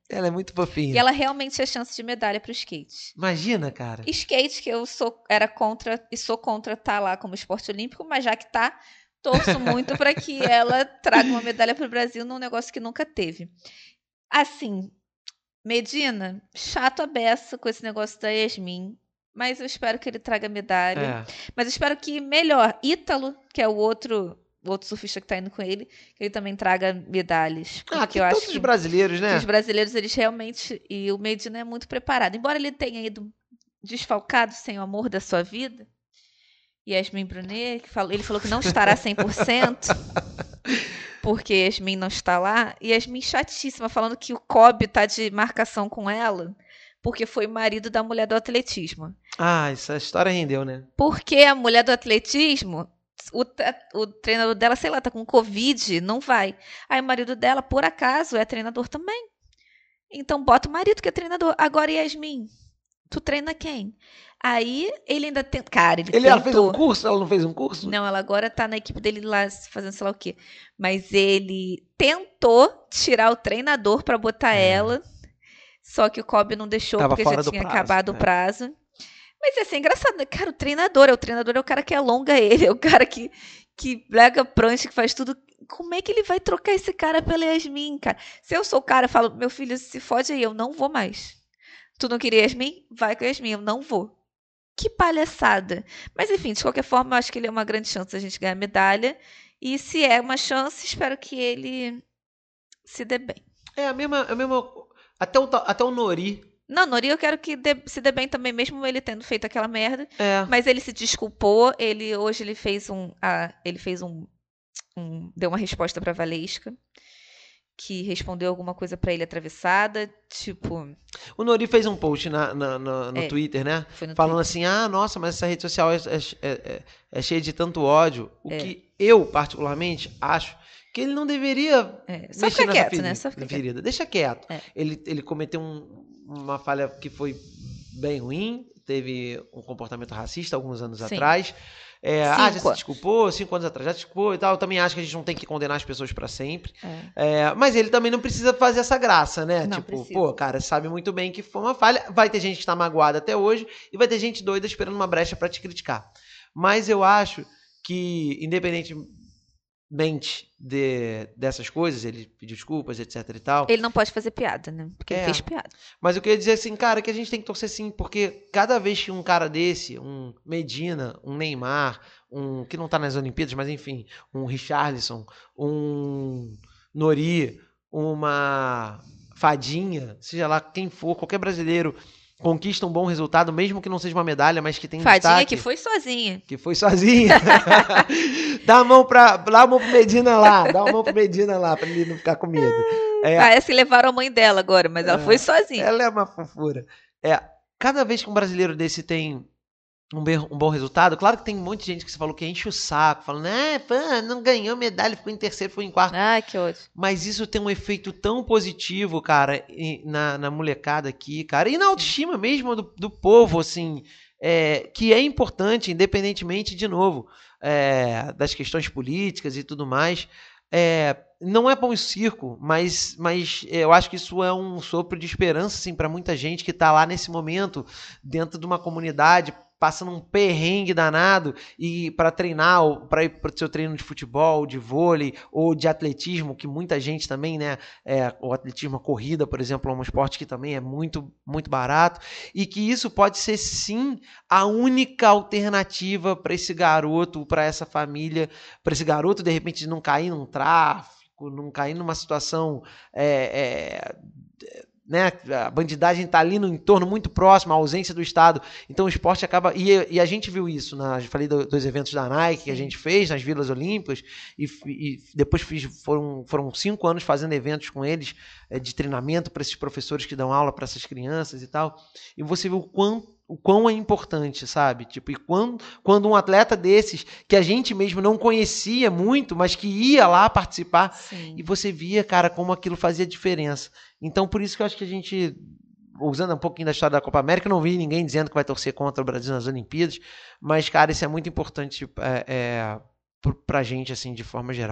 [SPEAKER 2] Ela é muito fofinha.
[SPEAKER 1] E ela realmente tinha chance de medalha pro skate.
[SPEAKER 2] Imagina, cara.
[SPEAKER 1] Skate, que eu era contra e sou contra estar lá como esporte olímpico, mas já que tá, torço muito para que ela traga uma medalha pro Brasil num negócio que nunca teve. Assim, Medina, chato a beça com esse negócio da Yasmin. Mas eu espero que ele traga medalha. Mas eu espero que melhor. Ítalo, que é o outro surfista que tá indo com ele, que ele também traga medalhas.
[SPEAKER 2] Porque eu acho todos os brasileiros, né?
[SPEAKER 1] Os brasileiros, eles realmente... E o Medina é muito preparado. Embora ele tenha ido desfalcado sem o amor da sua vida, Yasmin Brunet, ele falou que não estará 100%, porque Yasmin não está lá. E Yasmin chatíssima, falando que o Kobe tá de marcação com ela, porque foi marido da mulher do atletismo.
[SPEAKER 2] Essa história rendeu, né?
[SPEAKER 1] Porque a mulher do atletismo, o treinador dela, sei lá, tá com Covid, não vai. Aí o marido dela, por acaso, é treinador também. Então bota o marido que é treinador. Agora, Yasmin, tu treina quem? Aí ele ainda tem... Cara,
[SPEAKER 2] ela fez um curso? Ela não fez um curso?
[SPEAKER 1] Não, ela agora tá na equipe dele lá fazendo sei lá o quê. Mas ele tentou tirar o treinador pra botar ela. Só que o Kobe não deixou, porque já tinha acabado o prazo. Mas assim, é engraçado, né? Cara, o treinador é o cara que alonga ele, é o cara que pega prancha, que faz tudo. Como é que ele vai trocar esse cara pela Yasmin, cara? Se eu sou o cara, eu falo, meu filho, se fode aí, eu não vou mais. Tu não queria Yasmin? Vai com a Yasmin, eu não vou. Que palhaçada. Mas enfim, de qualquer forma, eu acho que ele é uma grande chance da gente ganhar medalha. E se é uma chance, espero que ele se dê bem.
[SPEAKER 2] É a mesma... Até o Nori.
[SPEAKER 1] Não, Nori eu quero que se dê bem também, mesmo ele tendo feito aquela merda. Mas ele se desculpou. Hoje ele fez deu uma resposta pra Valesca, que respondeu alguma coisa pra ele atravessada, tipo...
[SPEAKER 2] O Nori fez um post no Twitter, né? Falando Twitter. Assim, nossa, mas essa rede social é cheia de tanto ódio. O que eu, particularmente, acho... que ele não deveria
[SPEAKER 1] só ficar quieto, né? Só ficar
[SPEAKER 2] ferida. Deixa quieto. Ele cometeu uma falha que foi bem ruim, teve um comportamento racista alguns anos atrás. Já se desculpou, 5 anos atrás já se desculpou e tal. Eu também acho que a gente não tem que condenar as pessoas pra sempre. Mas ele também não precisa fazer essa graça, né?
[SPEAKER 1] Não
[SPEAKER 2] tipo,
[SPEAKER 1] precisa.
[SPEAKER 2] Cara, sabe muito bem que foi uma falha. Vai ter gente que tá magoada até hoje e vai ter gente doida esperando uma brecha pra te criticar. Mas eu acho que, independentemente dessas coisas, ele pediu desculpas, etc e tal.
[SPEAKER 1] Ele não pode fazer piada, né? Porque ele fez piada.
[SPEAKER 2] Mas eu queria dizer assim, cara, que a gente tem que torcer sim, porque cada vez que um cara desse, um Medina, um Neymar, que não tá nas Olimpíadas, mas enfim, um Richarlison, um Nori, uma Fadinha, seja lá quem for, qualquer brasileiro conquista um bom resultado, mesmo que não seja uma medalha, mas que tem
[SPEAKER 1] Fadinha
[SPEAKER 2] destaque.
[SPEAKER 1] Que foi sozinha.
[SPEAKER 2] Dá a mão pro Medina lá. Dá a mão pro Medina lá, pra ele não ficar com medo.
[SPEAKER 1] Parece que levaram a mãe dela agora, mas ela foi sozinha.
[SPEAKER 2] Ela é uma fofura. Cada vez que um brasileiro desse tem um bom resultado, claro que tem um monte de gente que você falou que enche o saco, falando, não ganhou medalha, ficou em terceiro, foi em quarto.
[SPEAKER 1] Que ódio.
[SPEAKER 2] Mas isso tem um efeito tão positivo, cara, na molecada aqui, cara, e na autoestima mesmo do povo, assim, que é importante, independentemente, de novo, das questões políticas e tudo mais. Não é pão e circo, mas eu acho que isso é um sopro de esperança, assim, para muita gente que está lá nesse momento, dentro de uma comunidade, passando um perrengue danado e para treinar, para ir para o seu treino de futebol, de vôlei ou de atletismo, que muita gente também, né? O atletismo, a corrida, por exemplo, é um esporte que também é muito, muito barato e que isso pode ser sim a única alternativa para esse garoto, para essa família, para esse garoto de repente não cair num tráfico, não cair numa situação né? A bandidagem está ali no entorno muito próximo, a ausência do Estado. Então o esporte acaba... E a gente viu isso, né? Eu falei dos eventos da Nike que a gente fez nas Vilas Olímpicas e depois foram 5 anos fazendo eventos com eles de treinamento para esses professores que dão aula para essas crianças e tal. E você viu o quão é importante, sabe? Tipo, e quando um atleta desses, que a gente mesmo não conhecia muito, mas que ia lá participar,
[SPEAKER 1] Sim.
[SPEAKER 2] E você via, cara, como aquilo fazia diferença. Então, por isso que eu acho que a gente, usando um pouquinho da história da Copa América, não vi ninguém dizendo que vai torcer contra o Brasil nas Olimpíadas, mas, cara, isso é muito importante pra gente, assim, de forma geral.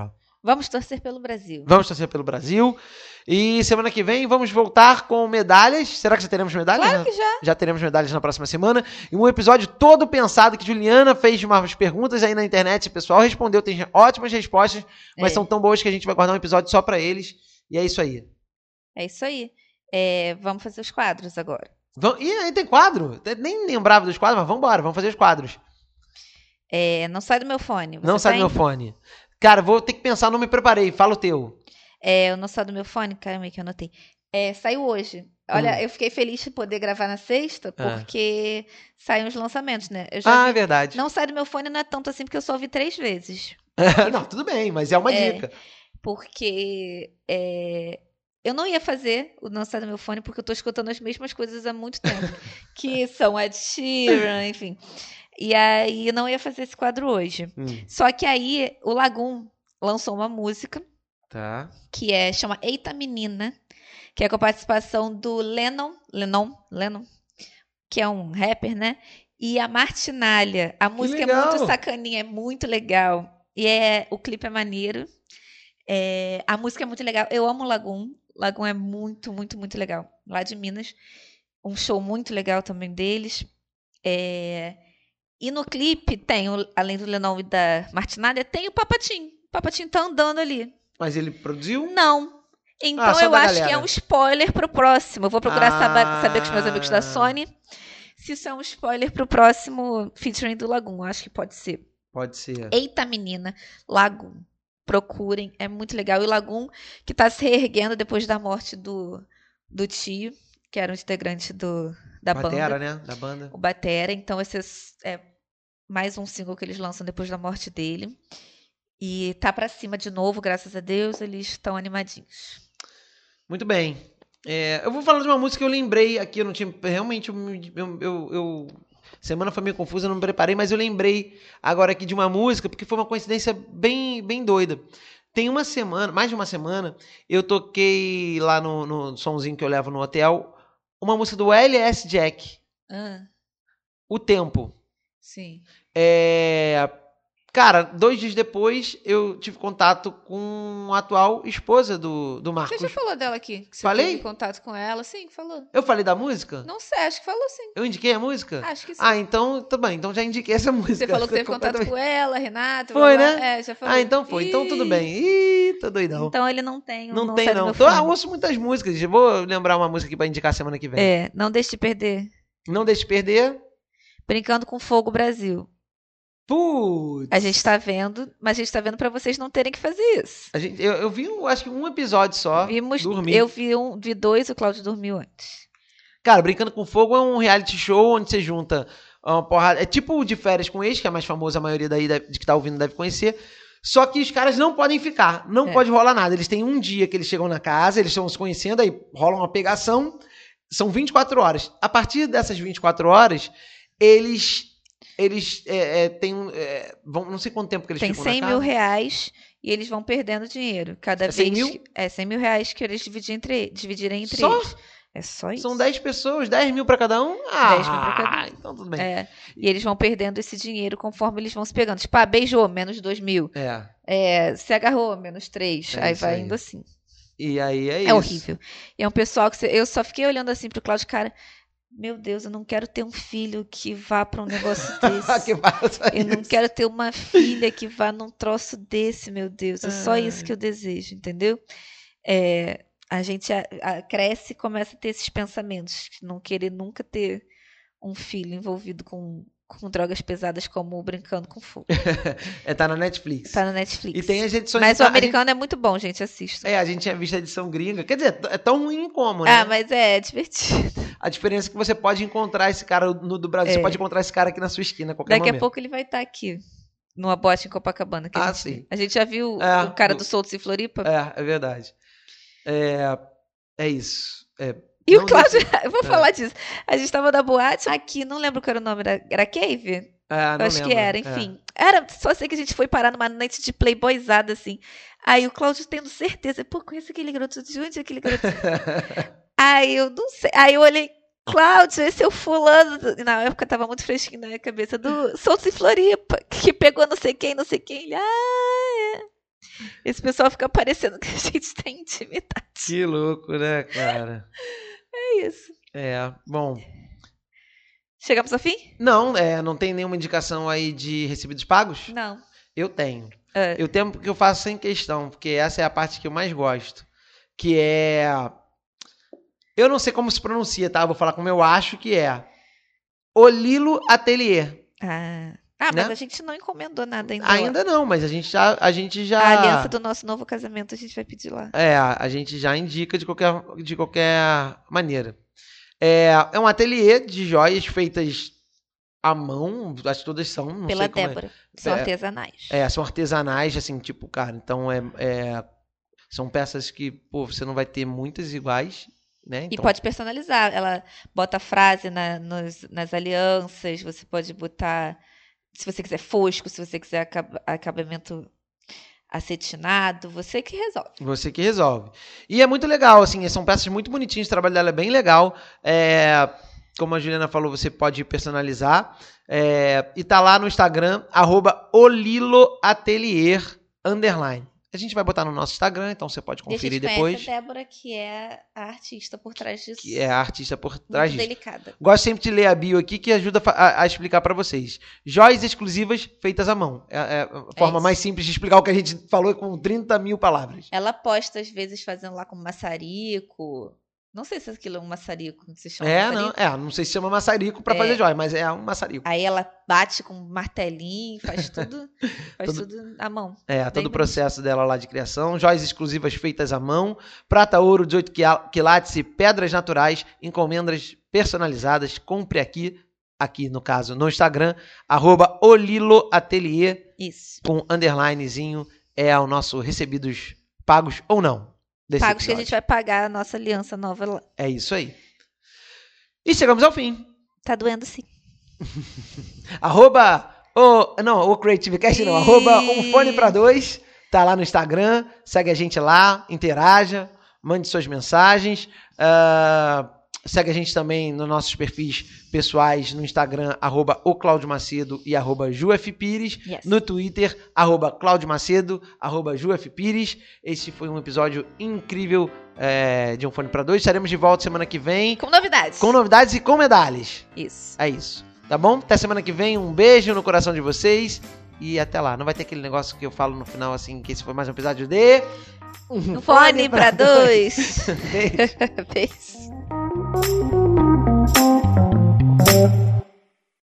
[SPEAKER 1] Vamos torcer pelo Brasil.
[SPEAKER 2] Vamos torcer pelo Brasil. E semana que vem vamos voltar com medalhas. Será que já teremos medalhas?
[SPEAKER 1] Claro que já.
[SPEAKER 2] Já teremos medalhas na próxima semana. E um episódio todo pensado que Juliana fez umas perguntas aí na internet. O pessoal respondeu, tem ótimas respostas, mas são tão boas que a gente vai guardar um episódio só pra eles. E é isso aí.
[SPEAKER 1] É isso aí. Vamos fazer os quadros agora.
[SPEAKER 2] E aí tem quadro? Nem lembrava dos quadros, mas vamos embora, vamos fazer os quadros.
[SPEAKER 1] Não sai do meu fone.
[SPEAKER 2] Não sai do meu fone. Cara, vou ter que pensar, não me preparei. Fala o teu.
[SPEAKER 1] O Não Sai do Meu Fone, caramba, que eu anotei. Saiu hoje. Olha, eu fiquei feliz de poder gravar na sexta, porque saem os lançamentos, né?
[SPEAKER 2] É verdade.
[SPEAKER 1] Não Sai do Meu Fone não é tanto assim, porque eu só ouvi 3 vezes.
[SPEAKER 2] Não, tudo bem, mas é uma dica.
[SPEAKER 1] Porque eu não ia fazer o Não Sai do Meu Fone, porque eu tô escutando as mesmas coisas há muito tempo. Que são Ed Sheeran, enfim. E aí, eu não ia fazer esse quadro hoje. Só que aí, o Lagum lançou uma música.
[SPEAKER 2] Tá.
[SPEAKER 1] Que chama Eita Menina. Que é com a participação do Lennon, que é um rapper, né? E a Martinalha. A música é muito sacaninha, é muito legal. E o clipe é maneiro. A música é muito legal. Eu amo o Lagum. Lagum é muito, muito, muito legal. Lá de Minas. Um show muito legal também deles. E no clipe tem, além do Lennon e da Martinalha, tem o Papatinho. O Papatinho tá andando ali.
[SPEAKER 2] Mas ele produziu?
[SPEAKER 1] Não. Então eu acho que é um spoiler pro próximo. Eu vou procurar saber com os meus amigos da Sony se isso é um spoiler pro próximo featuring do Lagum. Acho que pode ser.
[SPEAKER 2] Pode ser.
[SPEAKER 1] Eita Menina, Lagum. Procurem, é muito legal. E o Lagum, que tá se reerguendo depois da morte do tio, que era um integrante da banda.
[SPEAKER 2] Batera, né? Da banda.
[SPEAKER 1] O Batera. Então esse é mais um single que eles lançam depois da morte dele. E tá pra cima de novo, graças a Deus, eles estão animadinhos.
[SPEAKER 2] Muito bem. Eu vou falar de uma música que eu lembrei aqui, eu não tinha... Realmente, semana foi meio confusa, eu não me preparei, mas eu lembrei agora aqui de uma música, porque foi uma coincidência bem, bem doida. Tem uma semana, mais de uma semana, eu toquei lá no sonzinho que eu levo no hotel, uma música do LS Jack. O Tempo.
[SPEAKER 1] Sim.
[SPEAKER 2] Cara, 2 dias depois, eu tive contato com a atual esposa do Marcos.
[SPEAKER 1] Você já falou dela aqui? Que você
[SPEAKER 2] Falei?
[SPEAKER 1] Teve contato com ela? Sim, falou.
[SPEAKER 2] Eu falei da música?
[SPEAKER 1] Não sei, acho que falou sim.
[SPEAKER 2] Eu indiquei a música?
[SPEAKER 1] Acho que sim.
[SPEAKER 2] Então, tá bem. Então já indiquei essa música.
[SPEAKER 1] Você falou que teve contato com ela, Renata.
[SPEAKER 2] Foi, né?
[SPEAKER 1] Já falou.
[SPEAKER 2] Então foi. Então tudo bem. Tô doidão.
[SPEAKER 1] Então ele não tem.
[SPEAKER 2] Não tem, não. Então, eu ouço muitas músicas. Eu vou lembrar uma música aqui pra indicar semana que vem.
[SPEAKER 1] Não deixe de perder.
[SPEAKER 2] Não deixe de perder.
[SPEAKER 1] Brincando com Fogo Brasil.
[SPEAKER 2] Putz.
[SPEAKER 1] A gente tá vendo, mas a gente tá vendo pra vocês não terem que fazer isso.
[SPEAKER 2] Eu vi, acho que um episódio só. Dormi.
[SPEAKER 1] Eu vi 2, o Cláudio dormiu antes.
[SPEAKER 2] Cara, Brincando com Fogo é um reality show onde você junta uma porrada. É tipo o De Férias com Ex, que é mais famoso, a maioria daí de que tá ouvindo deve conhecer. Só que os caras não podem ficar, não pode rolar nada. Eles têm um dia que eles chegam na casa, eles estão se conhecendo, aí rola uma pegação. São 24 horas. A partir dessas 24 horas, eles têm não sei quanto tempo que eles ficam na casa.
[SPEAKER 1] Tem 100 mil reais e eles vão perdendo dinheiro. Cada vez.
[SPEAKER 2] 100 mil?
[SPEAKER 1] 100 mil reais que eles dividirem entre
[SPEAKER 2] só?
[SPEAKER 1] eles. É só isso.
[SPEAKER 2] São 10 pessoas, 10 mil pra cada um?
[SPEAKER 1] 10 mil pra cada um.
[SPEAKER 2] Então tudo bem.
[SPEAKER 1] E eles vão perdendo esse dinheiro conforme eles vão se pegando. Tipo, beijou, menos 2 mil. Se agarrou, menos 3. Aí vai indo assim.
[SPEAKER 2] E aí é isso.
[SPEAKER 1] É horrível. E é um pessoal que eu só fiquei olhando assim pro Cláudio, cara. Meu Deus, eu não quero ter um filho que vá para um negócio desse. Eu não quero ter uma filha que vá num troço desse, meu Deus. É só isso que eu desejo, entendeu? A gente cresce e começa a ter esses pensamentos. Não querer nunca ter um filho envolvido com drogas pesadas como Brincando com Fogo.
[SPEAKER 2] Tá na Netflix.
[SPEAKER 1] Tá na Netflix.
[SPEAKER 2] E tem as edições...
[SPEAKER 1] Mas o americano é muito bom, gente, assista.
[SPEAKER 2] A gente tinha visto a edição gringa. Quer dizer, é tão ruim como, né?
[SPEAKER 1] Mas é divertido.
[SPEAKER 2] A diferença é que você pode encontrar esse cara no do Brasil. Você pode encontrar esse cara aqui na sua esquina a qualquer momento.
[SPEAKER 1] Daqui a pouco ele vai estar aqui. Numa boate em Copacabana.
[SPEAKER 2] Sim.
[SPEAKER 1] A gente já viu o cara do Soltos em Floripa?
[SPEAKER 2] É verdade. É isso.
[SPEAKER 1] E o Cláudio, eu vou falar disso. A gente tava na boate aqui, não lembro qual era o nome, era Cave?
[SPEAKER 2] Não
[SPEAKER 1] acho
[SPEAKER 2] lembro.
[SPEAKER 1] Que era, enfim. Só sei que a gente foi parar numa noite de playboyzada, assim. Aí o Cláudio tendo certeza, conheço aquele garoto, de onde é aquele garoto? Aí eu não sei, aí eu olhei, Cláudio, esse é o fulano, na época tava muito fresquinho na minha cabeça, do Soltos em Floripa, que pegou não sei quem, ele, Esse pessoal fica parecendo que a gente tem intimidade.
[SPEAKER 2] Que louco, né, cara?
[SPEAKER 1] É isso.
[SPEAKER 2] Bom.
[SPEAKER 1] Chegamos ao fim?
[SPEAKER 2] Não tem nenhuma indicação aí de recebidos pagos?
[SPEAKER 1] Não.
[SPEAKER 2] Eu tenho. Eu tenho porque eu faço sem questão, porque essa é a parte que eu mais gosto. Que é... Eu não sei como se pronuncia, tá? Vou falar como eu acho que é. Olilo Atelier.
[SPEAKER 1] Mas a gente não encomendou nada ainda.
[SPEAKER 2] Ainda não, mas a gente já...
[SPEAKER 1] A aliança do nosso novo casamento a gente vai pedir lá.
[SPEAKER 2] A gente já indica de qualquer maneira. É um ateliê de joias feitas à mão, acho que todas são, não
[SPEAKER 1] Pela
[SPEAKER 2] sei como
[SPEAKER 1] Débora. São artesanais.
[SPEAKER 2] São artesanais, assim, tipo, cara, então são peças que, pô, você não vai ter muitas iguais, né? Então...
[SPEAKER 1] E pode personalizar. Ela bota frase nas alianças, você pode botar, se você quiser fosco, se você quiser acabamento acetinado, você que resolve.
[SPEAKER 2] Você que resolve. E é muito legal, assim, são peças muito bonitinhas, o trabalho dela é bem legal. Como a Juliana falou, você pode personalizar. E tá lá no Instagram, @oliloatelier_. A gente vai botar no nosso Instagram, então você pode conferir depois.
[SPEAKER 1] A Débora, que é a artista por trás disso.
[SPEAKER 2] Que é a artista por trás
[SPEAKER 1] disso.
[SPEAKER 2] Muito
[SPEAKER 1] delicada.
[SPEAKER 2] Gosto sempre de ler a bio aqui, que ajuda a explicar para vocês. Joias exclusivas feitas à mão. É a forma mais simples de explicar o que a gente falou com 30 mil palavras.
[SPEAKER 1] Ela posta, às vezes, fazendo lá com maçarico. Não sei se aquilo é um maçarico, se chama maçarico.
[SPEAKER 2] Não sei se chama maçarico para fazer joia, mas é um maçarico.
[SPEAKER 1] Aí ela bate com um martelinho, faz tudo, tudo à mão.
[SPEAKER 2] Todo o processo dela lá de criação. Joias exclusivas feitas à mão, prata, ouro, 18 quilates e pedras naturais, encomendas personalizadas. Compre aqui no caso, no Instagram, @oliloatelier.
[SPEAKER 1] Isso.
[SPEAKER 2] Com underlinezinho, é o nosso recebidos pagos ou não.
[SPEAKER 1] Pagos
[SPEAKER 2] episódio.
[SPEAKER 1] Que a gente vai pagar a nossa aliança nova lá.
[SPEAKER 2] É isso aí. E chegamos ao fim.
[SPEAKER 1] Tá doendo sim.
[SPEAKER 2] O CreativeCast não. @umfone2. Tá lá no Instagram. Segue a gente lá. Interaja. Mande suas mensagens. Segue a gente também nos nossos perfis pessoais no Instagram, @oclaudimacedo e @jufpires.
[SPEAKER 1] Yes.
[SPEAKER 2] No Twitter, @claudiomacedo, @jufpires. Esse foi um episódio incrível de Um Fone para Dois. Estaremos de volta semana que vem.
[SPEAKER 1] Com novidades.
[SPEAKER 2] Com novidades e com medalhas.
[SPEAKER 1] Isso.
[SPEAKER 2] É isso. Tá bom? Até semana que vem. Um beijo no coração de vocês. E até lá. Não vai ter aquele negócio que eu falo no final, assim, que esse foi mais um episódio de...
[SPEAKER 1] Um Fone para Dois.
[SPEAKER 2] Beijo.
[SPEAKER 1] Beijo.